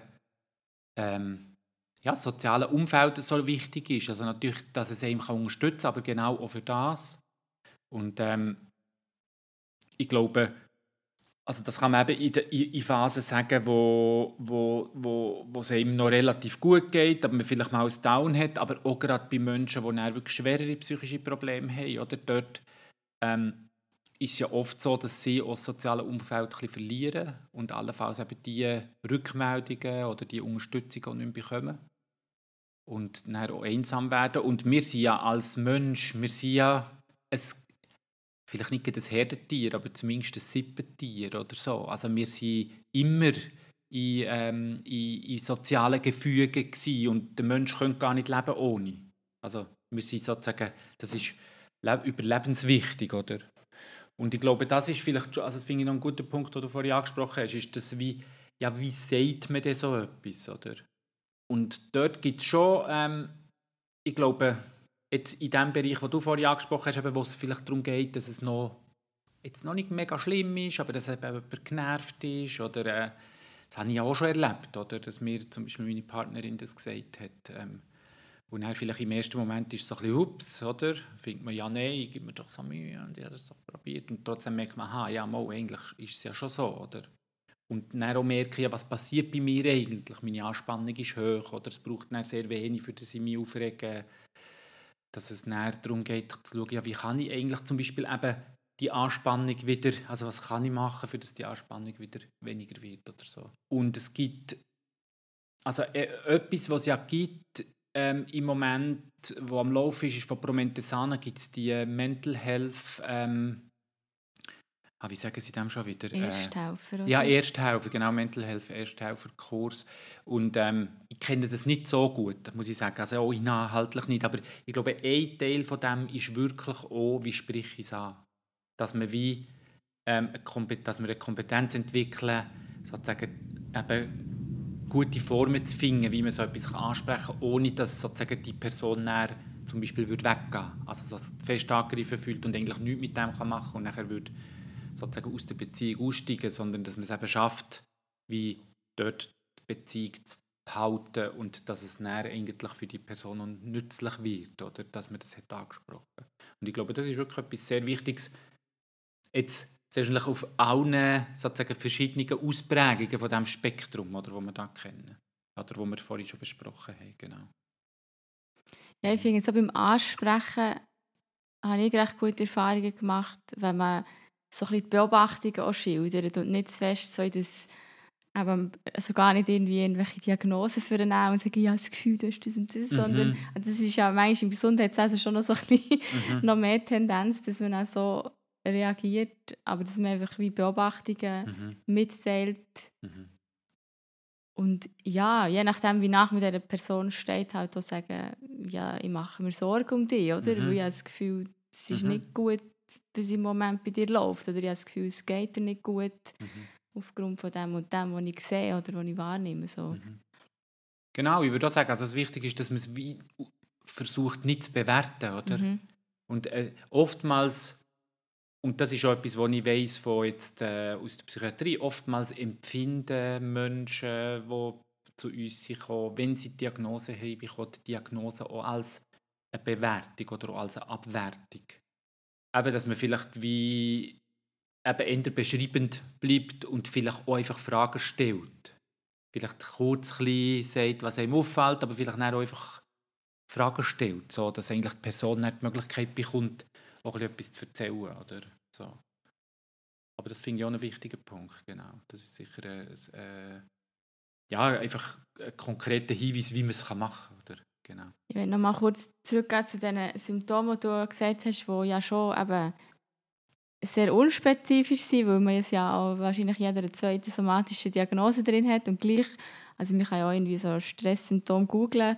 das soziale Umfeld so wichtig ist. Also natürlich, dass es einem unterstützen kann, aber genau auch für das. Und ich glaube, also das kann man eben in Phasen sagen, wo es einem noch relativ gut geht, aber man vielleicht mal ein Down hat, aber auch gerade bei Menschen, die dann wirklich schwerere psychische Probleme haben. Oder? Dort ist es ja oft so, dass sie auch das soziale Umfeld ein bisschen verlieren und allenfalls eben die Rückmeldungen oder die Unterstützung auch nicht mehr bekommen. Und dann auch einsam werden. Und wir sind ja als Mensch, wir sind ja vielleicht nicht ein Herdentier, aber zumindest ein Sippentier oder so. Also wir sind immer in sozialen Gefügen gewesen und der Mensch könnte gar nicht leben ohne. Also wir sind sozusagen, das ist überlebenswichtig, oder? Und ich glaube, das ist vielleicht schon, also das finde ich noch ein guter Punkt, den du vorhin angesprochen hast, ist das wie sagt man denn so etwas, oder? Und dort gibt es schon, ich glaube, jetzt in dem Bereich, den du vorhin angesprochen hast, wo es vielleicht darum geht, dass es jetzt noch nicht mega schlimm ist, aber dass jemand genervt ist. Oder, das habe ich auch schon erlebt, oder? Dass mir zum Beispiel meine Partnerin das gesagt hat. Und dann vielleicht im ersten Moment ist es so ein bisschen «Ups», oder? Findet man «Ja, nein, ich gebe mir doch so Mühe und ich habe das doch probiert». Und trotzdem merkt man «Aha, ja, mal, eigentlich ist es ja schon so», oder? Und dann auch merke ich, was passiert bei mir eigentlich. Meine Anspannung ist hoch oder es braucht dann sehr wenig, für das ich mich aufrege. Dass es dann darum geht, zu schauen, ja, wie kann ich eigentlich zum Beispiel eben die Anspannung wieder, also was kann ich machen, für dass die Anspannung wieder weniger wird oder so. Und es gibt, also etwas, was es ja gibt im Moment, wo am Laufen ist von Promentesana, gibt es die Mental Health wie sagen Sie dem schon wieder? Ersthelfer, oder? Ja, Ersthelfer, genau, Mental Health, Ersthelfer-Kurs. Und ich kenne das nicht so gut, muss ich sagen, also auch inhaltlich nicht, aber ich glaube, ein Teil von dem ist wirklich auch, wie spreche ich es an? Dass wir wie dass wir eine Kompetenz entwickeln, sozusagen eben gute Formen zu finden, wie man so etwas ansprechen kann, ohne dass sozusagen die Person dann zum Beispiel weggehen würde. Also dass sie fest angegriffen fühlt und eigentlich nichts mit dem machen kann und nachher würde sozusagen aus der Beziehung aussteigen, sondern dass man es eben schafft, wie dort die Beziehung zu halten und dass es dann eigentlich für die Person nützlich wird, oder dass man das hat angesprochen. Und ich glaube, das ist wirklich etwas sehr Wichtiges, jetzt wahrscheinlich auf allen sozusagen verschiedenen Ausprägungen von diesem Spektrum, oder, das wir da kennen, oder das wir vorhin schon besprochen haben. Genau. Ja, ich finde, so beim Ansprechen habe ich recht gute Erfahrungen gemacht, wenn man so ein bisschen die Beobachtungen auch schildert und nicht zu fest so in das aber also gar nicht irgendwie irgendwelche Diagnosen für einen und sagen, ja, das Gefühl, du hast das und das, sondern das ist ja manchmal im Gesundheitswesen schon noch so ein bisschen noch mehr Tendenz, dass man auch so reagiert, aber dass man einfach wie Beobachtungen mitteilt. Und ja, je nachdem, wie nach mit dieser Person steht, halt auch sagen, ja, ich mache mir Sorgen um dich, oder? Weil ich habe das Gefühl, es ist nicht gut, was im Moment bei dir läuft. Oder ich habe das Gefühl, es geht dir nicht gut aufgrund von dem und dem, was ich sehe oder was ich wahrnehme. So. Genau, ich würde auch sagen, also das Wichtige ist, dass man es wie versucht, nicht zu bewerten, oder? Und oftmals, und das ist auch etwas, was ich weiss von jetzt, aus der Psychiatrie, oftmals empfinden Menschen, die zu uns kommen, wenn sie die Diagnose haben, bekommen die Diagnose auch als eine Bewertung oder auch als eine Abwertung. Eben, dass man vielleicht wie eben eher beschreibend bleibt und vielleicht auch einfach Fragen stellt. Vielleicht kurz ein bisschen sagt, was einem auffällt, aber vielleicht dann auch einfach Fragen stellt, so dass eigentlich die Person dann die Möglichkeit bekommt, auch etwas zu erzählen. Oder so. Aber das finde ich auch einen wichtigen Punkt, genau. Das ist sicher ja, einfach ein konkreter Hinweis, wie man es machen kann. Oder? Genau. Ich will noch mal kurz zurückgehen zu den Symptomen, die du gesagt hast, die ja schon eben sehr unspezifisch sind, weil man es ja auch wahrscheinlich jeder zweite somatische Diagnose drin hat und gleich, also man kann ja auch irgendwie so Stresssymptome googlen,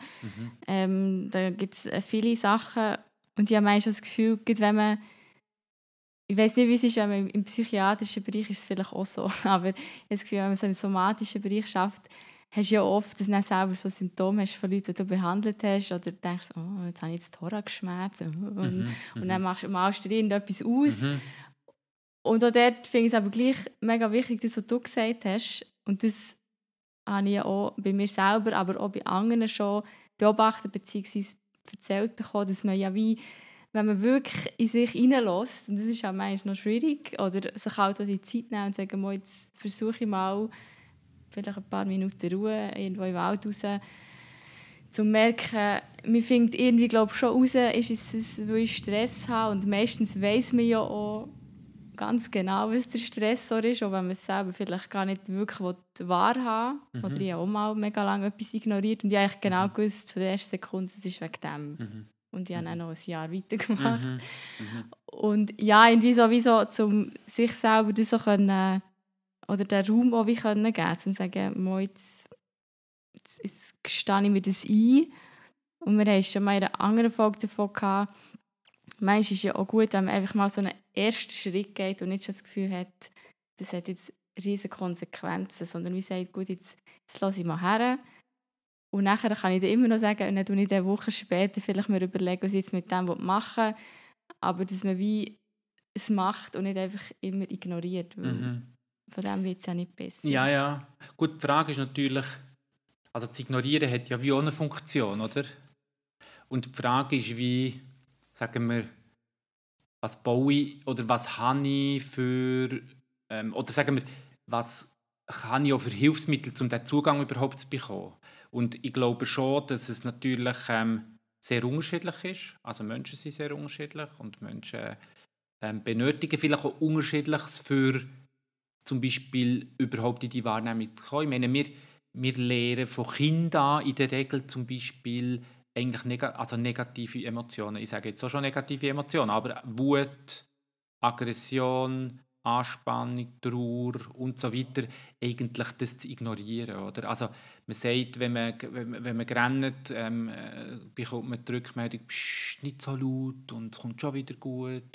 da gibt es viele Sachen und ich habe manchmal das Gefühl, gerade wenn man, ich weiß nicht, wie es ist, wenn man im psychiatrischen Bereich ist es vielleicht auch so, aber ich habe das Gefühl, wenn man so im somatischen Bereich schafft, hast du ja oft, dass du dann selber so Symptome hast von Leuten, die du behandelt hast oder denkst, oh, jetzt habe ich jetzt Thoraxschmerzen und dann malst du dir irgendetwas aus. Und auch dort finde ich es aber gleich mega wichtig, das, was du gesagt hast. Und das habe ich ja auch bei mir selber, aber auch bei anderen schon beobachtet bzw. erzählt bekommen, dass man ja wie, wenn man wirklich in sich hineinlässt, und das ist auch manchmal noch schwierig, oder sich halt auch die Zeit nehmen und sagen, mal, jetzt versuche ich mal vielleicht ein paar Minuten Ruhe irgendwo im Wald raus, zu merken, man findet irgendwie, glaube ich, schon raus, ist es, weil ich Stress habe. Und meistens weiss man ja auch ganz genau, was der Stressor ist, auch wenn man es selber vielleicht gar nicht wirklich wahrhaben will. Oder ich habe auch mal mega lange etwas ignoriert und ich habe eigentlich genau gewusst, von der ersten Sekunde, es ist wegen dem. Und ich habe dann noch ein Jahr weitergemacht. Und ja, irgendwie sowieso, um sich selber das so können, oder den Raum auch wie können geben, um zu sagen, mal jetzt stehe ich mir das ein. Und wir haben schon mal in einer anderen Folge davon gehabt, manchmal ist es ja auch gut, wenn man einfach mal so einen ersten Schritt geht und nicht schon das Gefühl hat, das hat jetzt riesige Konsequenzen, sondern wie sagt, gut, jetzt lasse ich mal her. Und nachher kann ich dann immer noch sagen, und dann tue ich eine Woche später vielleicht mir überlegen, was ich jetzt mit dem machen will. Aber dass man wie es macht und nicht einfach immer ignoriert, weil von dem wird es ja nicht besser. Ja, ja. Gut, die Frage ist natürlich, also das Ignorieren hat ja wie auch eine Funktion, oder? Und die Frage ist, wie, sagen wir, was baue ich oder was habe ich für, oder sagen wir, was kann ich auch für Hilfsmittel, um diesen Zugang überhaupt zu bekommen? Und ich glaube schon, dass es natürlich sehr unterschiedlich ist. Also Menschen sind sehr unterschiedlich und Menschen benötigen vielleicht auch Unterschiedliches für zum Beispiel überhaupt in die Wahrnehmung zu kommen. Ich meine, wir lernen von Kindern an in der Regel zum Beispiel eigentlich negative Emotionen. Ich sage jetzt auch schon negative Emotionen, aber Wut, Aggression, Anspannung, Trauer und so weiter, eigentlich das zu ignorieren. Oder? Also man sagt, wenn man rennt, bekommt man die Rückmeldung, «Psst, nicht so laut und es kommt schon wieder gut.»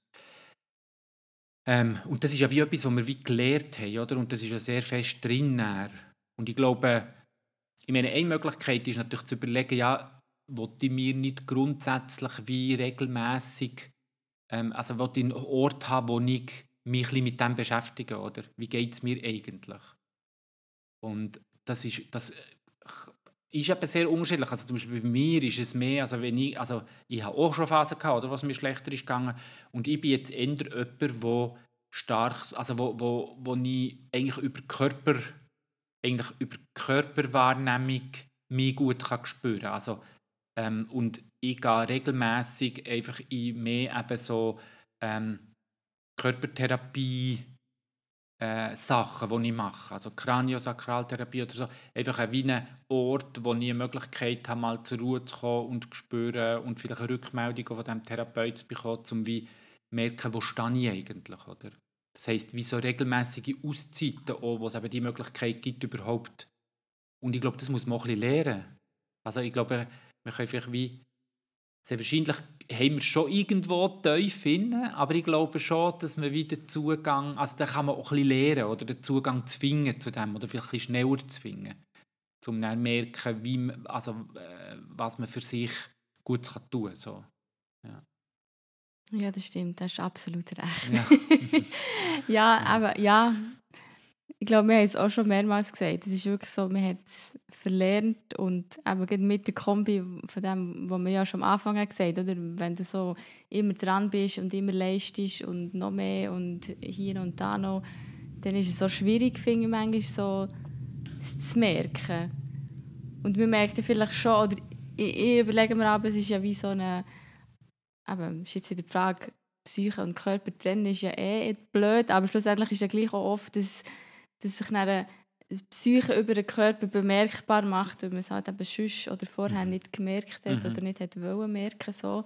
Und das ist ja wie etwas, was wir wie gelernt haben, oder? Und das ist ja sehr fest drin. Und ich glaube, eine Möglichkeit ist natürlich zu überlegen, ja, will ich mir nicht grundsätzlich wie regelmässig, also will ich einen Ort haben, wo ich mich ein bisschen mit dem beschäftige, oder? Wie geht es mir eigentlich? Und das ist eben sehr unterschiedlich. Also zum Beispiel bei mir ist es mehr, also ich habe auch schon Phasen gehabt, oder, was mir schlechter ist gegangen. Und ich bin jetzt eher jemand, der stark, also wo ich eigentlich über Körperwahrnehmung mich gut kann spüren kann. Also, und ich gehe regelmässig einfach in mehr eben so Körpertherapie Sachen, die ich mache. Also Kraniosakraltherapie oder so. Einfach wie ein Ort, wo ich eine Möglichkeit habe, mal zur Ruhe zu kommen und zu spüren und vielleicht eine Rückmeldung von diesem Therapeuten zu bekommen, um wie zu merken, wo stehe ich eigentlich. Oder? Das heisst, wie so regelmäßige Auszeiten, auch, wo es eben die Möglichkeit gibt, überhaupt. Und ich glaube, das muss man auch ein bisschen lernen. Also ich glaube, wir können vielleicht wie sehr wahrscheinlich haben wir schon irgendwo tief finden, aber ich glaube schon, dass man wieder den Zugang, also da kann man auch ein bisschen lernen, oder den Zugang zu finden zu dem, oder vielleicht ein bisschen schneller zu finden, um dann zu merken, wie man, was man für sich gut tun kann. So. Ja. Ja, das stimmt, das ist absolut recht. Ja. Ja, aber ja, ich glaube, wir haben es auch schon mehrmals gesagt. Es ist wirklich so, man hat es verlernt und eben gerade mit der Kombi von dem, was wir ja schon am Anfang haben gesagt haben, oder? Wenn du so immer dran bist und immer leistest und noch mehr und hier und da noch, dann ist es so schwierig, finde ich manchmal, so es zu merken. Und wir merken vielleicht schon, oder ich überlege mir aber, es ist ja wie so eine, eben, ist jetzt wieder die Frage, Psyche und Körper trennen ist ja blöd, aber schlussendlich ist ja gleich auch oft, dass sich dann die Psyche über den Körper bemerkbar macht, weil man es halt eben sonst oder vorher nicht gemerkt hat oder nicht hat wollen merken. So.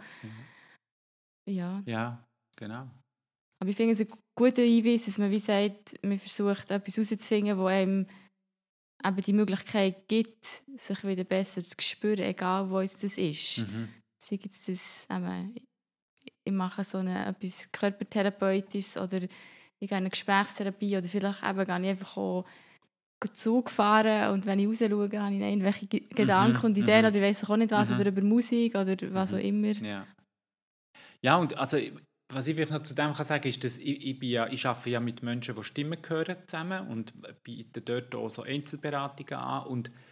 Ja. Ja, genau. Aber ich finde es ein guter Hinweis, dass man wie sagt, man versucht, etwas herauszufinden, wo einem eben die Möglichkeit gibt, sich wieder besser zu spüren, egal wo es das ist. Sei jetzt das, eben, ich mache so etwas Körpertherapeutisches oder ich gehe in eine Gesprächstherapie oder vielleicht eben gehe ich einfach auch Zug fahren und wenn ich raus schaue, habe ich irgendwelche Gedanken und Ideen oder ich weiss auch nicht was, oder über Musik oder was auch immer. Ja. Ja, und also, was ich vielleicht noch zu dem kann sagen, ist, dass ich arbeite ja mit Menschen, die Stimmen hören zusammen und biete dort auch so Einzelberatungen an.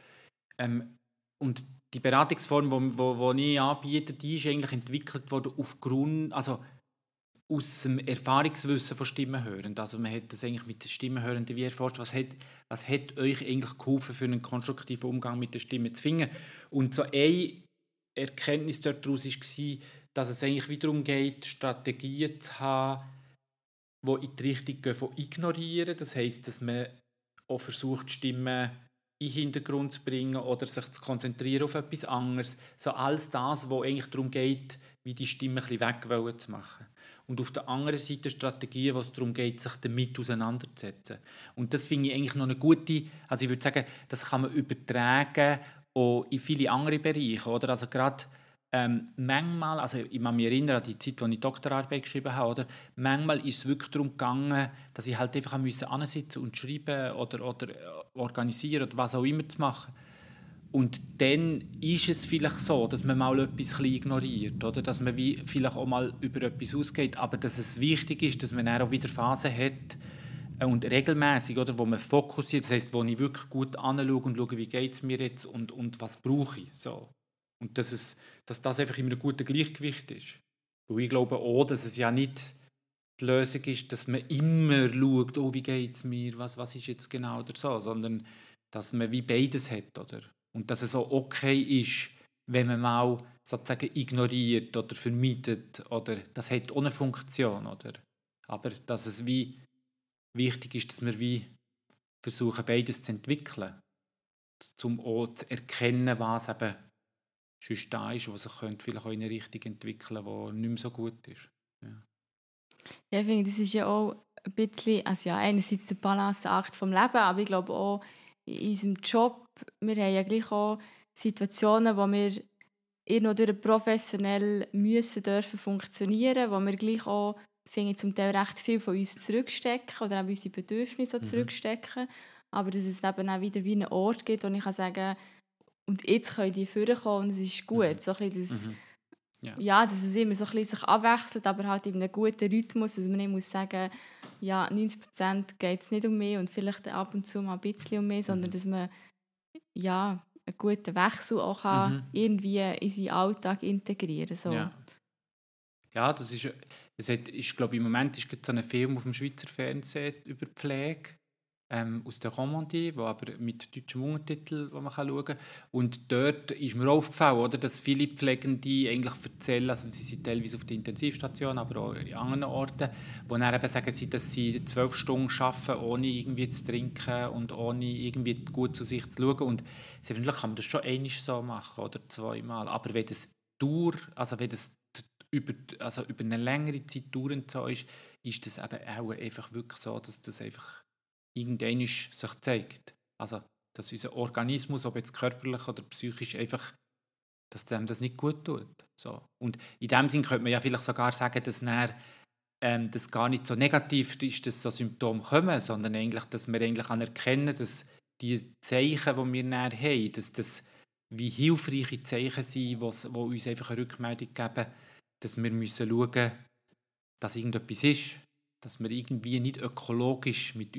Und die Beratungsform, die ich anbiete, die ist eigentlich entwickelt worden aufgrund, also aus dem Erfahrungswissen von Stimmenhörenden. Also man hat das eigentlich mit den Stimmenhörenden wie erforscht, was hat euch eigentlich geholfen, für einen konstruktiven Umgang mit der Stimme zu finden. Und so eine Erkenntnis daraus war, dass es eigentlich wiederum geht, Strategien zu haben, die in die Richtung gehen von ignorieren. Das heisst, dass man auch versucht, Stimmen in den Hintergrund zu bringen oder sich zu konzentrieren auf etwas anderes. So alles das, wo eigentlich darum geht, wie die Stimme ein bisschen weg zu machen. Und auf der anderen Seite Strategien, wo es darum geht, sich damit auseinanderzusetzen. Und das finde ich eigentlich noch eine gute, also ich würde sagen, das kann man übertragen auch in viele andere Bereiche. Oder? Also gerade manchmal, also ich kann mich erinnern an die Zeit, als ich Doktorarbeit geschrieben habe, oder? Manchmal ist es wirklich darum gegangen, dass ich halt einfach ansitzen und schreiben oder organisieren oder was auch immer zu machen. Und dann ist es vielleicht so, dass man mal etwas ignoriert, oder? Dass man wie vielleicht auch mal über etwas ausgeht, aber dass es wichtig ist, dass man dann auch wieder Phasen hat und regelmäßig, oder, wo man fokussiert, das heisst, wo ich wirklich gut anschaue und schaue, wie geht es mir jetzt und was brauche ich. So. Und dass das einfach immer ein gutes Gleichgewicht ist. Weil ich glaube auch, dass es ja nicht die Lösung ist, dass man immer schaut, oh, wie geht es mir, was ist jetzt genau oder so, sondern dass man wie beides hat, oder? Und dass es auch okay ist, wenn man mal sozusagen ignoriert oder vermeidet, oder das hat auch eine Funktion, oder? Aber dass es wie wichtig ist, dass wir wie versuchen, beides zu entwickeln, um auch zu erkennen, was eben sonst da ist, was sich vielleicht auch in eine Richtung entwickeln könnte, die nicht mehr so gut ist. Ja. Ja, ich finde, das ist ja auch ein bisschen, also ja, einerseits der Balanceakt vom Leben, aber ich glaube auch in unserem Job, wir haben ja gleich auch Situationen, wo wir irgendwie professionell müssen dürfen funktionieren, wo wir gleich auch, finde ich, zum Teil recht viel von uns zurückstecken oder auch unsere Bedürfnisse zurückstecken, aber dass es eben auch wieder wie einen Ort gibt, wo ich kann sagen, und jetzt können die vorkommen und es ist gut. So ein bisschen ja, dass es immer so ein bisschen sich abwechselt, aber halt in einem guten Rhythmus, dass man nicht muss sagen, ja, 90% geht es nicht um mich und vielleicht ab und zu mal ein bisschen um mich, sondern dass man ja, einen guten Wechsel auch kann, irgendwie in seinen Alltag integrieren so. Ja, das ist glaube ich, im Moment ist so ein Film auf dem Schweizer Fernsehen über Pflege. aus der Romandie, wo aber mit deutschem Untertitel, wo man schauen kann. Und dort ist mir aufgefallen, oder, dass viele Pflegende eigentlich erzählen, also sie sind teilweise auf der Intensivstation, aber auch in anderen Orten, wo dann eben sagen sie, dass sie 12 Stunden arbeiten, ohne irgendwie zu trinken und ohne irgendwie gut zu sich zu schauen. Und selbstverständlich kann man das schon einmal so machen oder zweimal. Aber wenn das also wenn das über eine längere Zeit dauernd so ist das eben auch einfach wirklich so, dass das einfach irgendwann sich zeigt. Also, dass unser Organismus, ob jetzt körperlich oder psychisch, einfach, dass dem das nicht gut tut. So. Und in dem Sinn könnte man ja vielleicht sogar sagen, dass das gar nicht so negativ ist, dass so Symptome kommen, sondern eigentlich, dass wir eigentlich anerkennen, dass die Zeichen, die wir dann haben, dass das wie hilfreiche Zeichen sind, die uns einfach eine Rückmeldung geben, dass wir müssen schauen, dass irgendetwas ist, dass wir irgendwie nicht ökologisch mit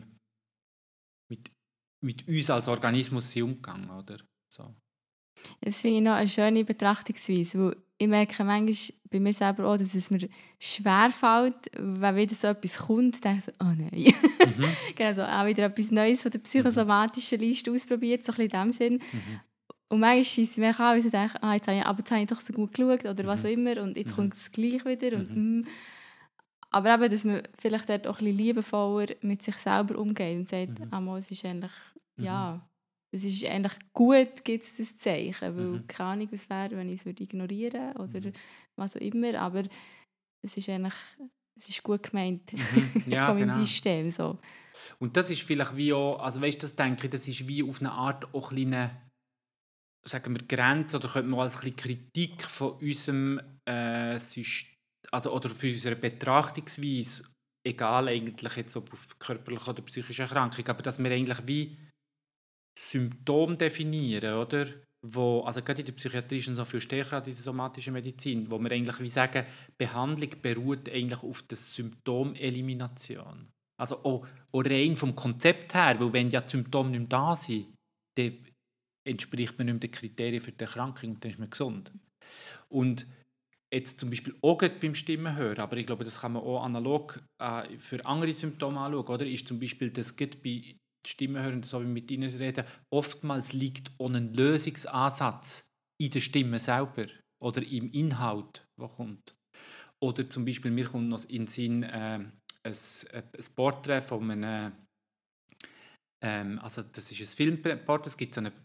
uns als Organismus sind umgegangen, oder? So. Das finde ich noch eine schöne Betrachtungsweise, weil ich merke manchmal bei mir selber auch, dass es mir schwerfällt, wenn wieder so etwas kommt, denke ich so, oh nein. Mhm. Genau, so, auch wieder etwas Neues von der psychosomatischen Liste ausprobiert, so ein bisschen in dem Sinn. Mhm. Und manchmal scheisst es mich an, weil ich denke, jetzt habe ich doch so gut geschaut oder was auch immer und jetzt Mhm. kommt es gleich wieder. Und, aber eben, dass man vielleicht dort auch ein bisschen liebevoller mit sich selber umgeht und sagt, es ist eigentlich, ja, es ist eigentlich gut, gibt es das Zeichen, weil keine Ahnung, was wäre, wenn ich es ignorieren würde oder was auch immer, aber es ist eigentlich, es ist gut gemeint Ja, von meinem genau. System. So. Und das ist vielleicht wie auch, also weißt du, das denke ich, das ist wie auf eine Art auch ein eine, sagen wir, Grenze oder könnte man als ein Kritik von unserem System, also oder für unsere Betrachtungsweise, egal eigentlich jetzt ob auf körperliche oder psychische Erkrankung, aber dass wir eigentlich wie Symptome definieren, oder? Also gerade in der Psychiatrie ist es so viel stärker als diese somatische Medizin, wo wir eigentlich wie sagen, Behandlung beruht eigentlich auf der Symptomelimination. Also auch rein vom Konzept her, weil wenn ja die Symptome nicht mehr da sind, dann entspricht man nicht mehr den Kriterien für die Erkrankung und dann ist man gesund. Und jetzt zum Beispiel auch beim Stimmenhören, aber ich glaube, das kann man auch analog für andere Symptome anschauen, oder? Ist zum Beispiel, dass bei Stimmenhörern, so wie mit ihnen reden, oftmals liegt auch ein Lösungsansatz in der Stimme selber oder im Inhalt, der kommt. Oder zum Beispiel, mir kommt noch in den Sinn ein Porträt von einem, also das ist ein Filmporträt, es gibt so eine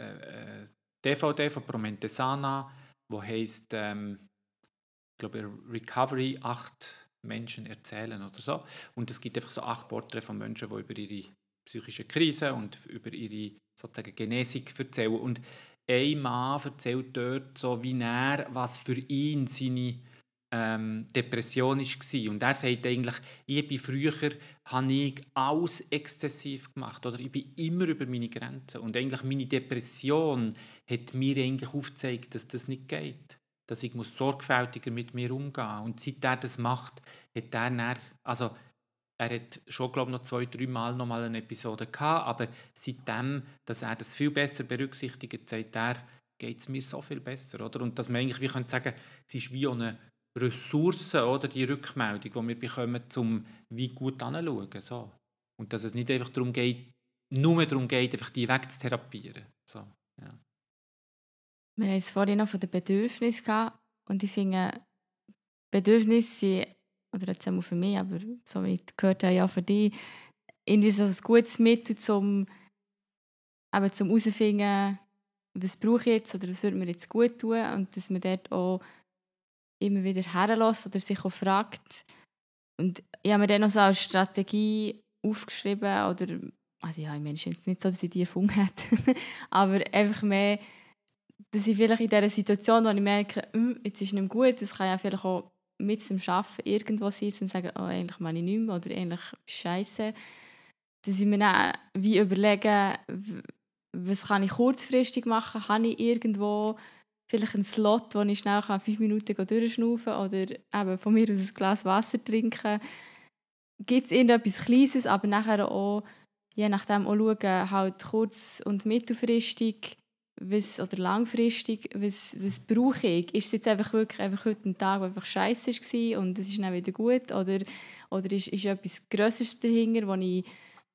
DVD von Promentesana, wo heisst, ich glaube, Recovery, 8 Menschen erzählen oder so. Und es gibt einfach so 8 Porträts von Menschen, die über ihre psychische Krise und über ihre sozusagen Genesung erzählen. Und ein Mann erzählt dort so, wie was für ihn seine Depression war. Und er sagt eigentlich, früher habe ich alles exzessiv gemacht. Oder ich bin immer über meine Grenzen. Und eigentlich meine Depression hat mir eigentlich aufgezeigt, dass das nicht geht. Dass ich sorgfältiger mit mir umgehen muss. Und seit er das macht, hat er dann, also er hat schon, glaube ich, noch 2-3 Mal noch mal eine Episode gehabt, aber seitdem, dass er das viel besser berücksichtigt, sagt er, geht es mir so viel besser. Oder? Und dass man eigentlich wie könnte sagen, es ist wie eine Ressource, oder, die Rückmeldung, die wir bekommen, um wie gut anzuschauen. So. Und dass es nicht einfach nur darum geht, einfach die wegzutherapieren. So, ja. Wir haben es vorhin noch von den Bedürfnissen gehabt und ich finde, Bedürfnisse sind, oder jetzt einmal für mich, aber so wie ich gehört habe, ja für dich, irgendwie so ein gutes Mittel, zum herauszufinden, was brauche ich jetzt oder was würde mir jetzt gut tun und dass man dort auch immer wieder herlässt oder sich auch fragt. Und ich habe mir dann noch so als Strategie aufgeschrieben, oder, also ja, ich meine, es ist jetzt nicht so, dass ich die erfunden hätte, aber einfach mehr, dass ich vielleicht in dieser Situation, wo ich merke, jetzt ist es nicht mehr gut, das kann ja vielleicht auch mit dem Arbeiten irgendwo sein, um zu sagen, oh, eigentlich meine ich nicht mehr oder eigentlich Scheiße, dass ich mir dann wie überlege, was kann ich kurzfristig machen, habe ich irgendwo vielleicht einen Slot, wo ich schnell 5 Minuten durchschnaufen kann oder eben von mir aus ein Glas Wasser trinken. Gibt es irgendetwas Kleines, aber nachher auch, je nachdem auch schauen, halt kurz- und mittelfristig oder langfristig, was brauche ich? Ist es jetzt einfach wirklich heute ein Tag, der einfach scheiße war und es ist dann wieder gut? Oder ist etwas Grösseres dahinter,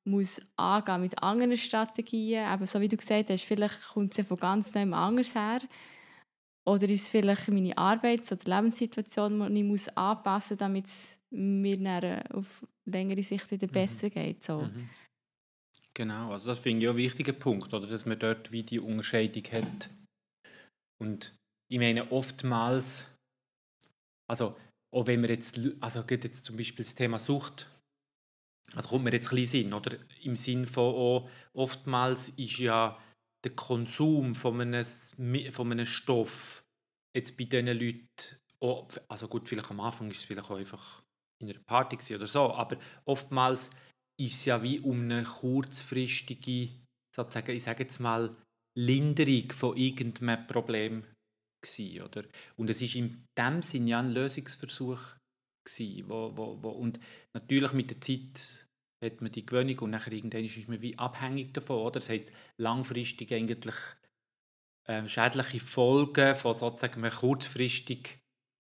muss angehen mit anderen Strategien. Aber so wie du gesagt hast, vielleicht kommt es ja von ganz neuem anders her. Oder ist es vielleicht meine Arbeits- oder Lebenssituation, die ich muss anpassen muss, damit es mir dann auf längere Sicht wieder besser geht. So. Mhm. Genau, also das finde ich auch ein wichtiger Punkt, oder, dass man dort wie die Unterscheidung hat. Und ich meine, oftmals, also auch wenn wir jetzt, also geht jetzt zum Beispiel das Thema Sucht, also kommt mir jetzt ein bisschen Sinn, oder? Im Sinn von auch, oftmals ist ja der Konsum von einem Stoff jetzt bei diesen Leuten, auch, also gut, vielleicht am Anfang ist es vielleicht auch einfach in einer Party gewesen oder so, aber oftmals ist es ja wie um eine kurzfristige, sozusagen, ich sage jetzt mal, Linderung von irgendeinem Problem gewesen, oder? Und es ist in dem Sinn ja ein Lösungsversuch gewesen, und natürlich mit der Zeit hat man die Gewöhnung und nachher irgendwann ist man wie abhängig davon, oder? Das heisst, langfristig eigentlich schädliche Folgen von sozusagen einem kurzfristigen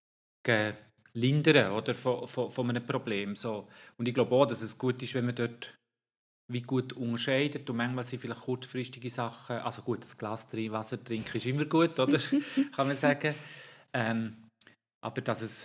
Lindern, oder, von einem Problem. So. Und ich glaube auch, dass es gut ist, wenn man dort wie gut unterscheidet. Und manchmal sind vielleicht kurzfristige Sachen, also gut, ein Glas Wasser trinken ist immer gut, oder? Kann man sagen. Aber dass es,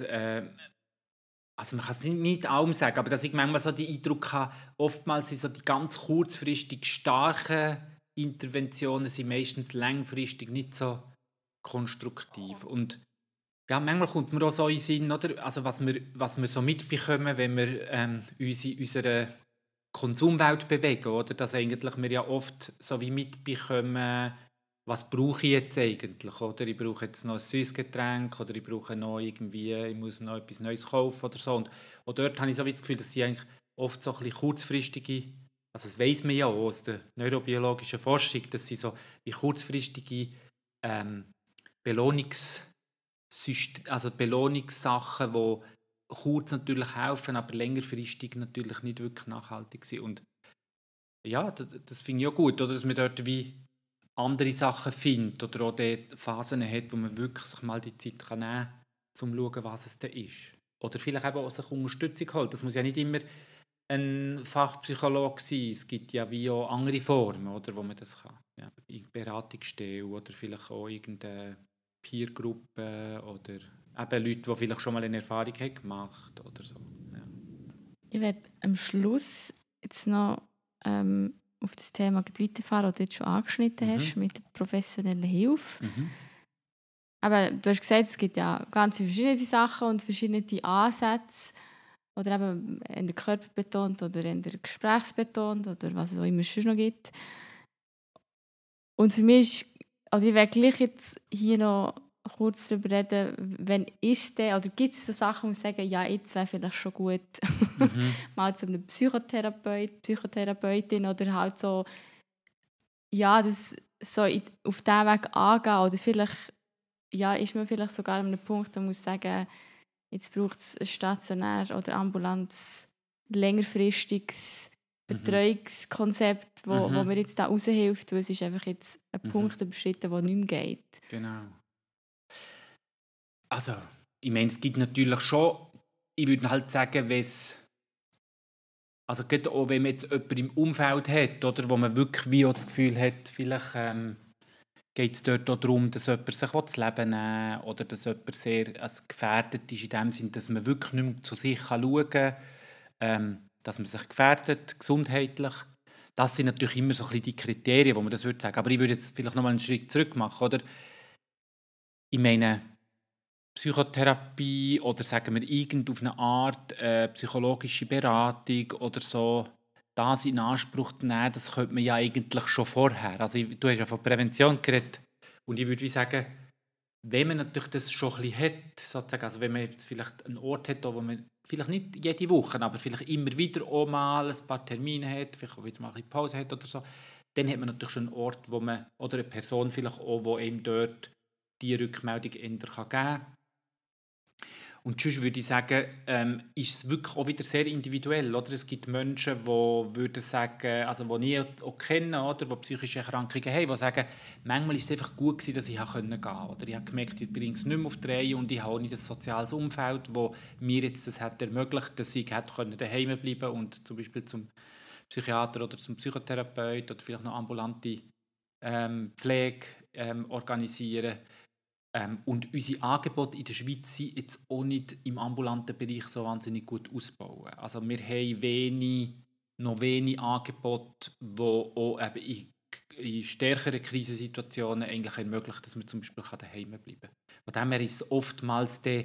also man kann es nicht allem sagen, aber dass ich manchmal so den Eindruck habe, oftmals sind so die ganz kurzfristig starken Interventionen sind meistens langfristig nicht so konstruktiv. Und ja, manchmal kommt mir auch so in den Sinn, oder? Also was wir so mitbekommen, wenn wir uns in unserer Konsumwelt bewegen, oder? Dass eigentlich wir ja oft so wie mitbekommen, was brauche ich jetzt eigentlich, oder? Ich brauche jetzt noch ein süßes Getränk oder ich brauche noch irgendwie, ich muss noch etwas Neues kaufen oder so. Und auch dort habe ich so wie das Gefühl, dass sie eigentlich oft so ein bisschen kurzfristige, also das weiss man ja auch aus der neurobiologischen Forschung, dass sie so wie kurzfristige ähm, also Belohnungssachen, die kurz natürlich helfen, aber längerfristig natürlich nicht wirklich nachhaltig sind. Und ja, das finde ich auch gut, oder? Dass man dort wie andere Sachen findet oder auch dort Phasen hat, wo man wirklich sich mal die Zeit kann nehmen kann, um zu schauen, was es da ist. Oder vielleicht eben auch sich Unterstützung holt. Das muss ja nicht immer ein Fachpsychologe sein. Es gibt ja wie auch andere Formen, oder, wo man das kann. Ja, in Beratungsstelle oder vielleicht auch irgendeine Peergruppe oder eben Leute, die vielleicht schon mal eine Erfahrung haben gemacht oder so. Ja. Ich werde am Schluss jetzt noch auf das Thema weiterfahren, das du jetzt schon angeschnitten hast, mit der professionellen Hilfe. Aber du hast gesagt, es gibt ja ganz viele verschiedene Sachen und verschiedene Ansätze. Oder eben in der Körper betont oder in der Gesprächsbetont oder was es auch immer es sonst noch gibt. Und für mich ist, also ich werde gleich jetzt hier noch kurz darüber reden, wenn ist der, oder gibt es so Sachen, wo ich sage, ja, jetzt wäre vielleicht schon gut, mal zu einem Psychotherapeutin oder halt so, ja, das so auf diesen Weg angehen oder vielleicht, ja, ist man vielleicht sogar an einem Punkt, wo man muss sagen, jetzt braucht es ein stationär oder ambulantes, längerfristiges Betreuungskonzept, wo mir jetzt da raushilft, weil es ist einfach jetzt ein Punkt überschritten, der nicht mehr geht. Genau. Also, ich meine, es gibt natürlich schon, ich würde halt sagen, also gerade auch wenn man jetzt jemanden im Umfeld hat, oder, wo man wirklich wie auch das Gefühl hat, vielleicht geht es dort auch darum, dass jemand sich das Leben nehmen will oder dass jemand sehr gefährdet ist, in dem Sinne, dass man wirklich nicht mehr zu sich schauen kann, dass man sich gefährdet, gesundheitlich. Das sind natürlich immer so ein bisschen die Kriterien, wo man das würde sagen. Aber ich würde jetzt vielleicht noch mal einen Schritt zurück machen, oder? Ich meine, Psychotherapie oder sagen wir auf eine Art psychologische Beratung oder so, das in Anspruch nehmen, das könnte man ja eigentlich schon vorher. Also du hast ja von Prävention geredet und ich würde wie sagen, wenn man natürlich das schon ein bisschen hat, sozusagen, also wenn man jetzt vielleicht einen Ort hat, wo man vielleicht nicht jede Woche, aber vielleicht immer wieder auch mal ein paar Termine hat, vielleicht auch wieder mal ein bisschen Pause hat oder so, dann hat man natürlich schon einen Ort, wo man, oder eine Person vielleicht auch, die einem dort die Rückmeldung eher geben kann. Und sonst würde ich sagen, ist es wirklich auch wieder sehr individuell. Oder? Es gibt Menschen, die würden sagen, also die ich auch kenne, oder, die psychische Erkrankungen haben, die sagen, manchmal ist es einfach gut gewesen, dass ich gehen konnte. Oder ich habe gemerkt, ich bringe es nicht mehr auf die Reihe und ich habe auch nicht ein soziales Umfeld, das mir jetzt das hat ermöglicht, dass ich daheim bleiben konnte und zum Beispiel zum Psychiater oder zum Psychotherapeut oder vielleicht noch ambulante Pflege organisieren. Und unsere Angebote in der Schweiz sind jetzt auch nicht im ambulanten Bereich so wahnsinnig gut ausbauen. Also wir haben noch wenig Angebote, die auch eben in stärkeren Krisensituationen eigentlich ermöglichen, dass man zum Beispiel daheim bleiben kann. Von dem her ist es oftmals die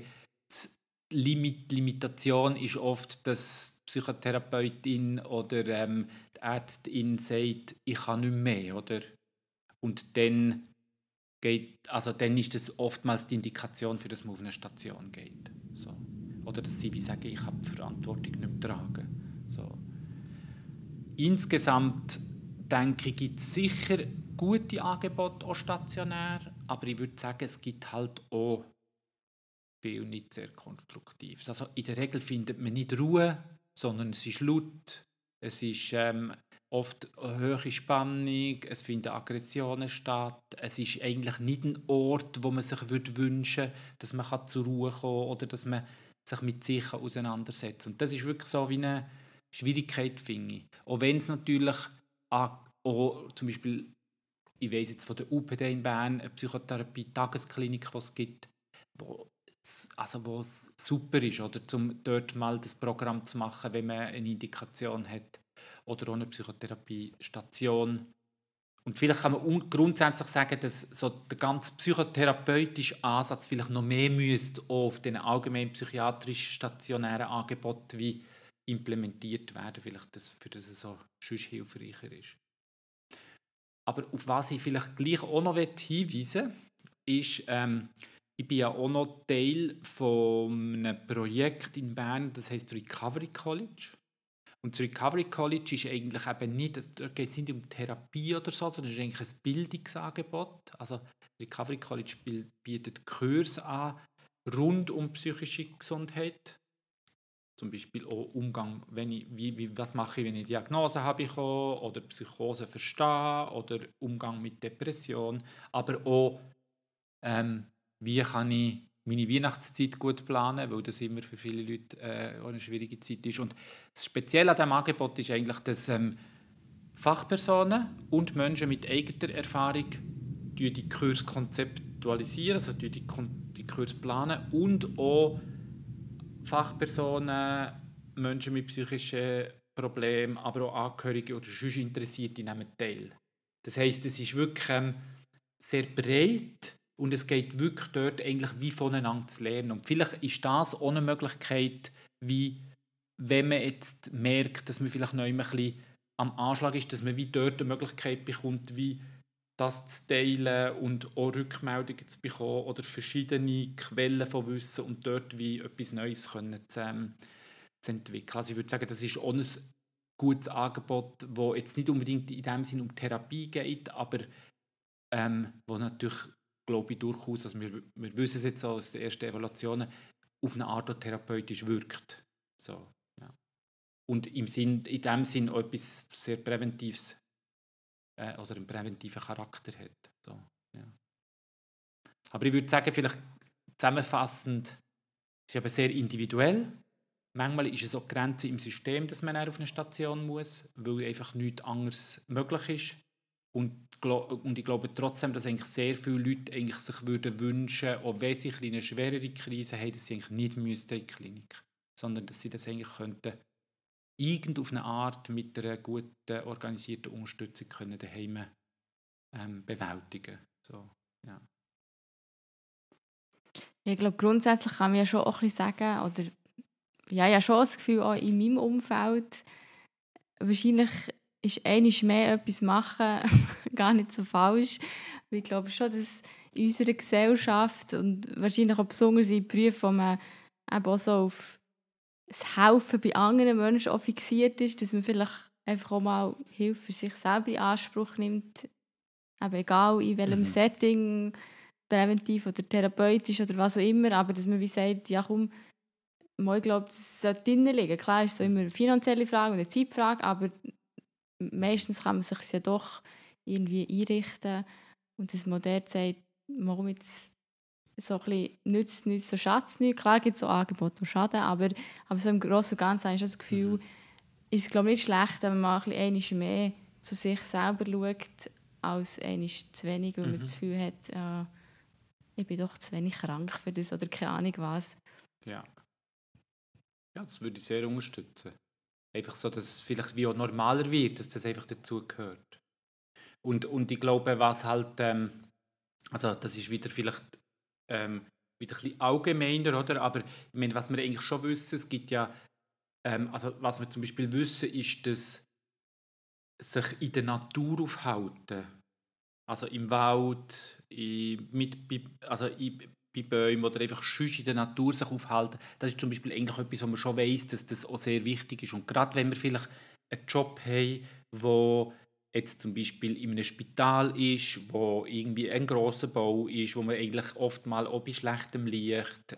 Limitation ist oft, dass die Psychotherapeutin oder die Ärztin sagt, ich kann nicht mehr. Oder? Und dann ist das oftmals die Indikation, für das man auf eine Station geht. So. Oder dass sie wie sagen, ich habe die Verantwortung nicht mehr tragen. So. Insgesamt denke ich, gibt es sicher gute Angebote, auch stationär, aber ich würde sagen, es gibt halt auch viel nicht sehr Konstruktives. Also in der Regel findet man nicht Ruhe, sondern es ist laut, es ist oft eine hohe Spannung, es finden Aggressionen statt, es ist eigentlich nicht ein Ort, wo man sich wünschen würde, dass man zur Ruhe kommen kann oder dass man sich mit sich auseinandersetzt. Und das ist wirklich so wie eine Schwierigkeit, finde ich. Auch wenn es natürlich auch zum Beispiel, ich weiss jetzt von der UPD in Bern, eine Psychotherapie-Tagesklinik, die es gibt, wo es super ist, oder, um dort mal das Programm zu machen, wenn man eine Indikation hat. Oder auch eine Psychotherapiestation. Und vielleicht kann man grundsätzlich sagen, dass so der ganze psychotherapeutische Ansatz vielleicht noch mehr müsste auf den allgemein psychiatrisch stationären Angeboten wie implementiert werden, vielleicht für das es so sonst hilfreicher ist. Aber auf was ich vielleicht gleich auch noch hinweisen will, ist, ich bin ja auch noch Teil von einem Projekt in Bern, das heisst Recovery College. Und das Recovery College ist eigentlich eben nicht, da geht es nicht um Therapie oder so, sondern es ist eigentlich ein Bildungsangebot. Also Recovery College bietet Kurse an rund um psychische Gesundheit. Zum Beispiel auch Umgang, was mache ich, wenn ich Diagnose habe oder Psychose verstehe oder Umgang mit Depression, aber auch wie kann ich meine Weihnachtszeit gut planen, weil das immer für viele Leute eine schwierige Zeit ist. Und das Spezielle an diesem Angebot ist eigentlich, dass Fachpersonen und Menschen mit eigener Erfahrung die Kurse konzeptualisieren, also die Kurse planen und auch Fachpersonen, Menschen mit psychischen Problemen, aber auch Angehörige oder sonst Interessierte nehmen teil. Das heisst, es ist wirklich sehr breit und es geht wirklich dort eigentlich wie voneinander zu lernen. Und vielleicht ist das auch eine Möglichkeit, wie wenn man jetzt merkt, dass man vielleicht noch immer ein bisschen am Anschlag ist, dass man wie dort eine Möglichkeit bekommt, wie das zu teilen und auch Rückmeldungen zu bekommen oder verschiedene Quellen von Wissen und dort wie etwas Neues zu entwickeln. Also ich würde sagen, das ist auch ein gutes Angebot, das jetzt nicht unbedingt in dem Sinne um Therapie geht, aber wo natürlich, glaube ich, durchaus, also wir wissen es jetzt auch aus den ersten Evaluationen, auf eine Art auch therapeutisch wirkt. So, ja. Und in dem Sinn auch etwas sehr Präventives oder einen präventiven Charakter hat. So, ja. Aber ich würde sagen, vielleicht zusammenfassend, es ist aber sehr individuell. Manchmal ist es auch die Grenze im System, dass man auf eine Station muss, weil einfach nichts anderes möglich ist. Und ich glaube trotzdem, dass eigentlich sehr viele Leute eigentlich sich würden wünschen, auch wenn sie eine schwerere Krise haben, dass sie eigentlich nicht in die Klinik müssten, sondern dass sie das eigentlich könnten auf eine Art mit einer guten, organisierten Unterstützung können daheim bewältigen. So, ja. Ich glaube, grundsätzlich kann man ja schon auch ein bisschen sagen, oder ja, ich habe schon das Gefühl, auch in meinem Umfeld, wahrscheinlich ist einmal mehr etwas machen gar nicht so falsch. Weil ich glaube schon, dass in unserer Gesellschaft und wahrscheinlich auch besonders in Berufen, wo man eben auch so auf das Helfen bei anderen Menschen auch fixiert ist, dass man vielleicht einfach auch mal Hilfe für sich selber in Anspruch nimmt. Eben egal in welchem Setting, präventiv oder therapeutisch oder was auch immer, aber dass man wie sagt, ja komm, ich glaube, das sollte drinnen liegen. Klar ist es so immer eine finanzielle Frage und eine Zeitfrage, aber meistens kann man sich ja doch irgendwie einrichten und das Modell sagt, warum jetzt so ein bisschen nützt nichts, so schadet es nichts. Klar gibt es auch Angebote, die schaden, aber so im Großen und Ganzen habe ich schon das Gefühl, ist es, glaube ich, nicht schlecht, wenn man mal ein bisschen mehr zu sich selber schaut, als einmal zu wenig, weil man das Gefühl hat, ich bin doch zu wenig krank für das oder keine Ahnung was. Ja. Ja, das würde ich sehr unterstützen. Einfach so, dass es vielleicht wie auch normaler wird, dass das einfach dazugehört. Und ich glaube, was halt, also das ist wieder vielleicht wieder ein bisschen allgemeiner, oder? Aber ich meine, was wir eigentlich schon wissen, es gibt ja, also was wir zum Beispiel wissen, ist, dass sich in der Natur aufhalten, also im Wald, bei Bäumen oder einfach sonst in der Natur sich aufhalten, das ist zum Beispiel eigentlich etwas, wo man schon weiss, dass das auch sehr wichtig ist. Und gerade wenn wir vielleicht einen Job haben, wo jetzt zum Beispiel in einem Spital ist, wo irgendwie ein grosser Bau ist, wo man eigentlich oft mal auch bei schlechtem Licht,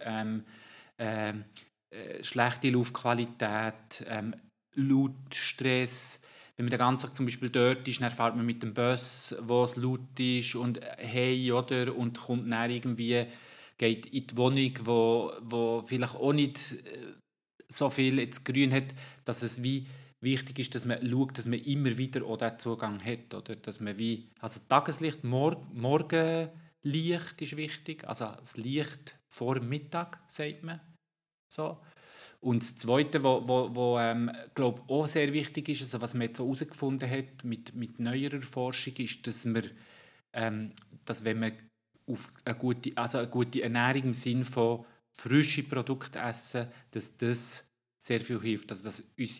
schlechte Luftqualität, Lautstress. Wenn man den ganzen Tag zum Beispiel dort ist, dann fährt man mit dem Bus, wo es laut ist und hey, oder? Und kommt dann irgendwie, geht in die Wohnung, wo vielleicht auch nicht so viel jetzt Grün hat, dass es wie wichtig ist, dass man schaut, dass man immer wieder auch diesen Zugang hat. Oder? Dass man wie, also Tageslicht, Morgenlicht ist wichtig, also das Licht vor dem Mittag, sagt man. So. Und das Zweite, was glaube auch sehr wichtig ist, also was man jetzt so herausgefunden hat mit neuerer Forschung, ist, dass dass wenn man auf eine gute Ernährung im Sinne von frische Produkte essen, dass das sehr viel hilft. Also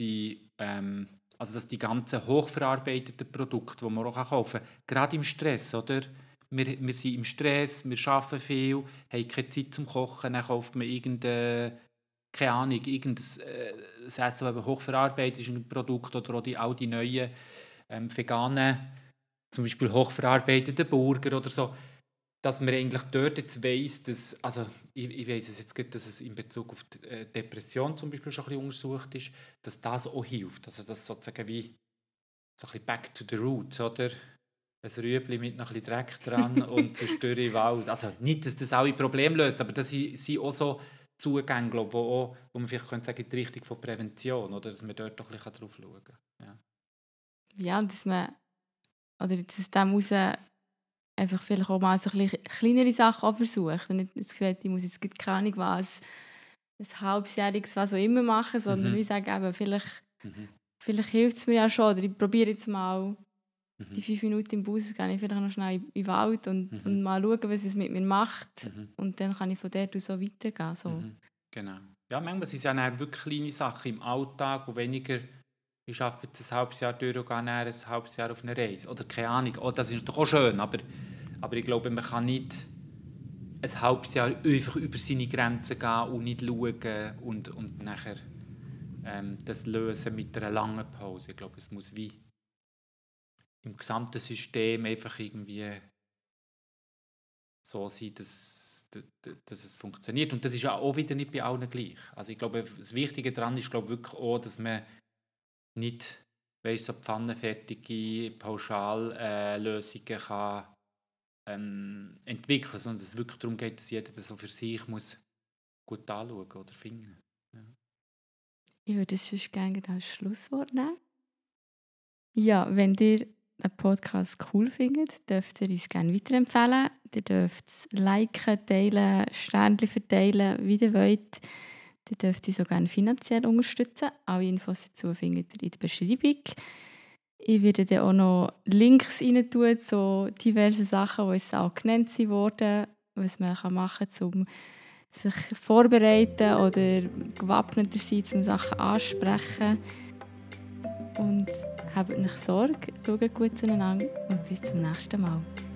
dass die ganzen hochverarbeiteten Produkte, die man auch kaufen kann, gerade im Stress, oder? Wir sind im Stress, wir arbeiten viel, haben keine Zeit zum Kochen, dann kauft man keine Ahnung, irgendein Essen, das hochverarbeitet ist, ein Produkt, oder auch all die neuen veganen, zum Beispiel hochverarbeiteten Burger oder so, dass man eigentlich dort jetzt weiss, dass, also ich weiss es jetzt gut, dass es in Bezug auf die Depression zum Beispiel schon ein bisschen untersucht ist, dass das auch hilft, also das sozusagen wie so ein bisschen back to the roots, oder? Ein Rüebli mit noch ein bisschen Dreck dran und zerstört im Wald. Also nicht, dass das alle Probleme löst, aber das sind auch so Zugänge, glaube, wo man vielleicht könnte sagen, in die Richtung von Prävention, oder dass man dort doch ein bisschen drauf schauen kann. Ja, und dass man, oder jetzt aus dem heraus einfach vielleicht auch mal so ein bisschen kleinere Sachen auch versucht. Und nicht das Gefühl, ich muss jetzt keine Ahnung was, ein halbjähriges, was auch immer machen, sondern wie sagen, eben, vielleicht hilft es mir ja schon. Oder ich probiere jetzt mal die 5 Minuten im Bus, gehe ich vielleicht noch schnell in den Wald und mal schauen, was es mit mir macht. Und dann kann ich von dort aus so weitergehen. So. Genau. Ja, manchmal sind es ja dann wirklich kleine Sachen im Alltag und weniger, ich arbeite jetzt ein halbes Jahr durch und gehe dann ein halbes Jahr auf eine Reise. Oder keine Ahnung, das ist doch auch schön, aber ich glaube, man kann nicht ein halbes Jahr einfach über seine Grenzen gehen und nicht schauen und nachher das lösen mit einer langen Pause. Ich glaube, es muss wie im gesamten System einfach irgendwie so sein, dass es funktioniert. Und das ist ja auch wieder nicht bei allen gleich. Also ich glaube, das Wichtige daran ist, glaube wirklich auch, dass man nicht, so pfannenfertige Pauschallösungen kann entwickeln, sondern dass es wirklich darum geht, dass jeder das so für sich muss gut anschauen oder finden. Ja. Ich würde es sonst gerne als Schlusswort nehmen. Ja, wenn ihr den Podcast cool findet, dürft ihr uns gerne weiterempfehlen. Ihr dürft es liken, teilen, Sternchen verteilen, wie ihr wollt. Ihr dürft uns auch gerne finanziell unterstützen. Alle Infos dazu findet ihr in der Beschreibung. Ich werde dann auch noch Links rein tun zu diversen Sachen, die jetzt auch genannt wurden, was man machen kann, um sich vorbereiten oder gewappneter sein, um Sachen ansprechen. Und habt nicht Sorge, schaut gut zueinander und bis zum nächsten Mal.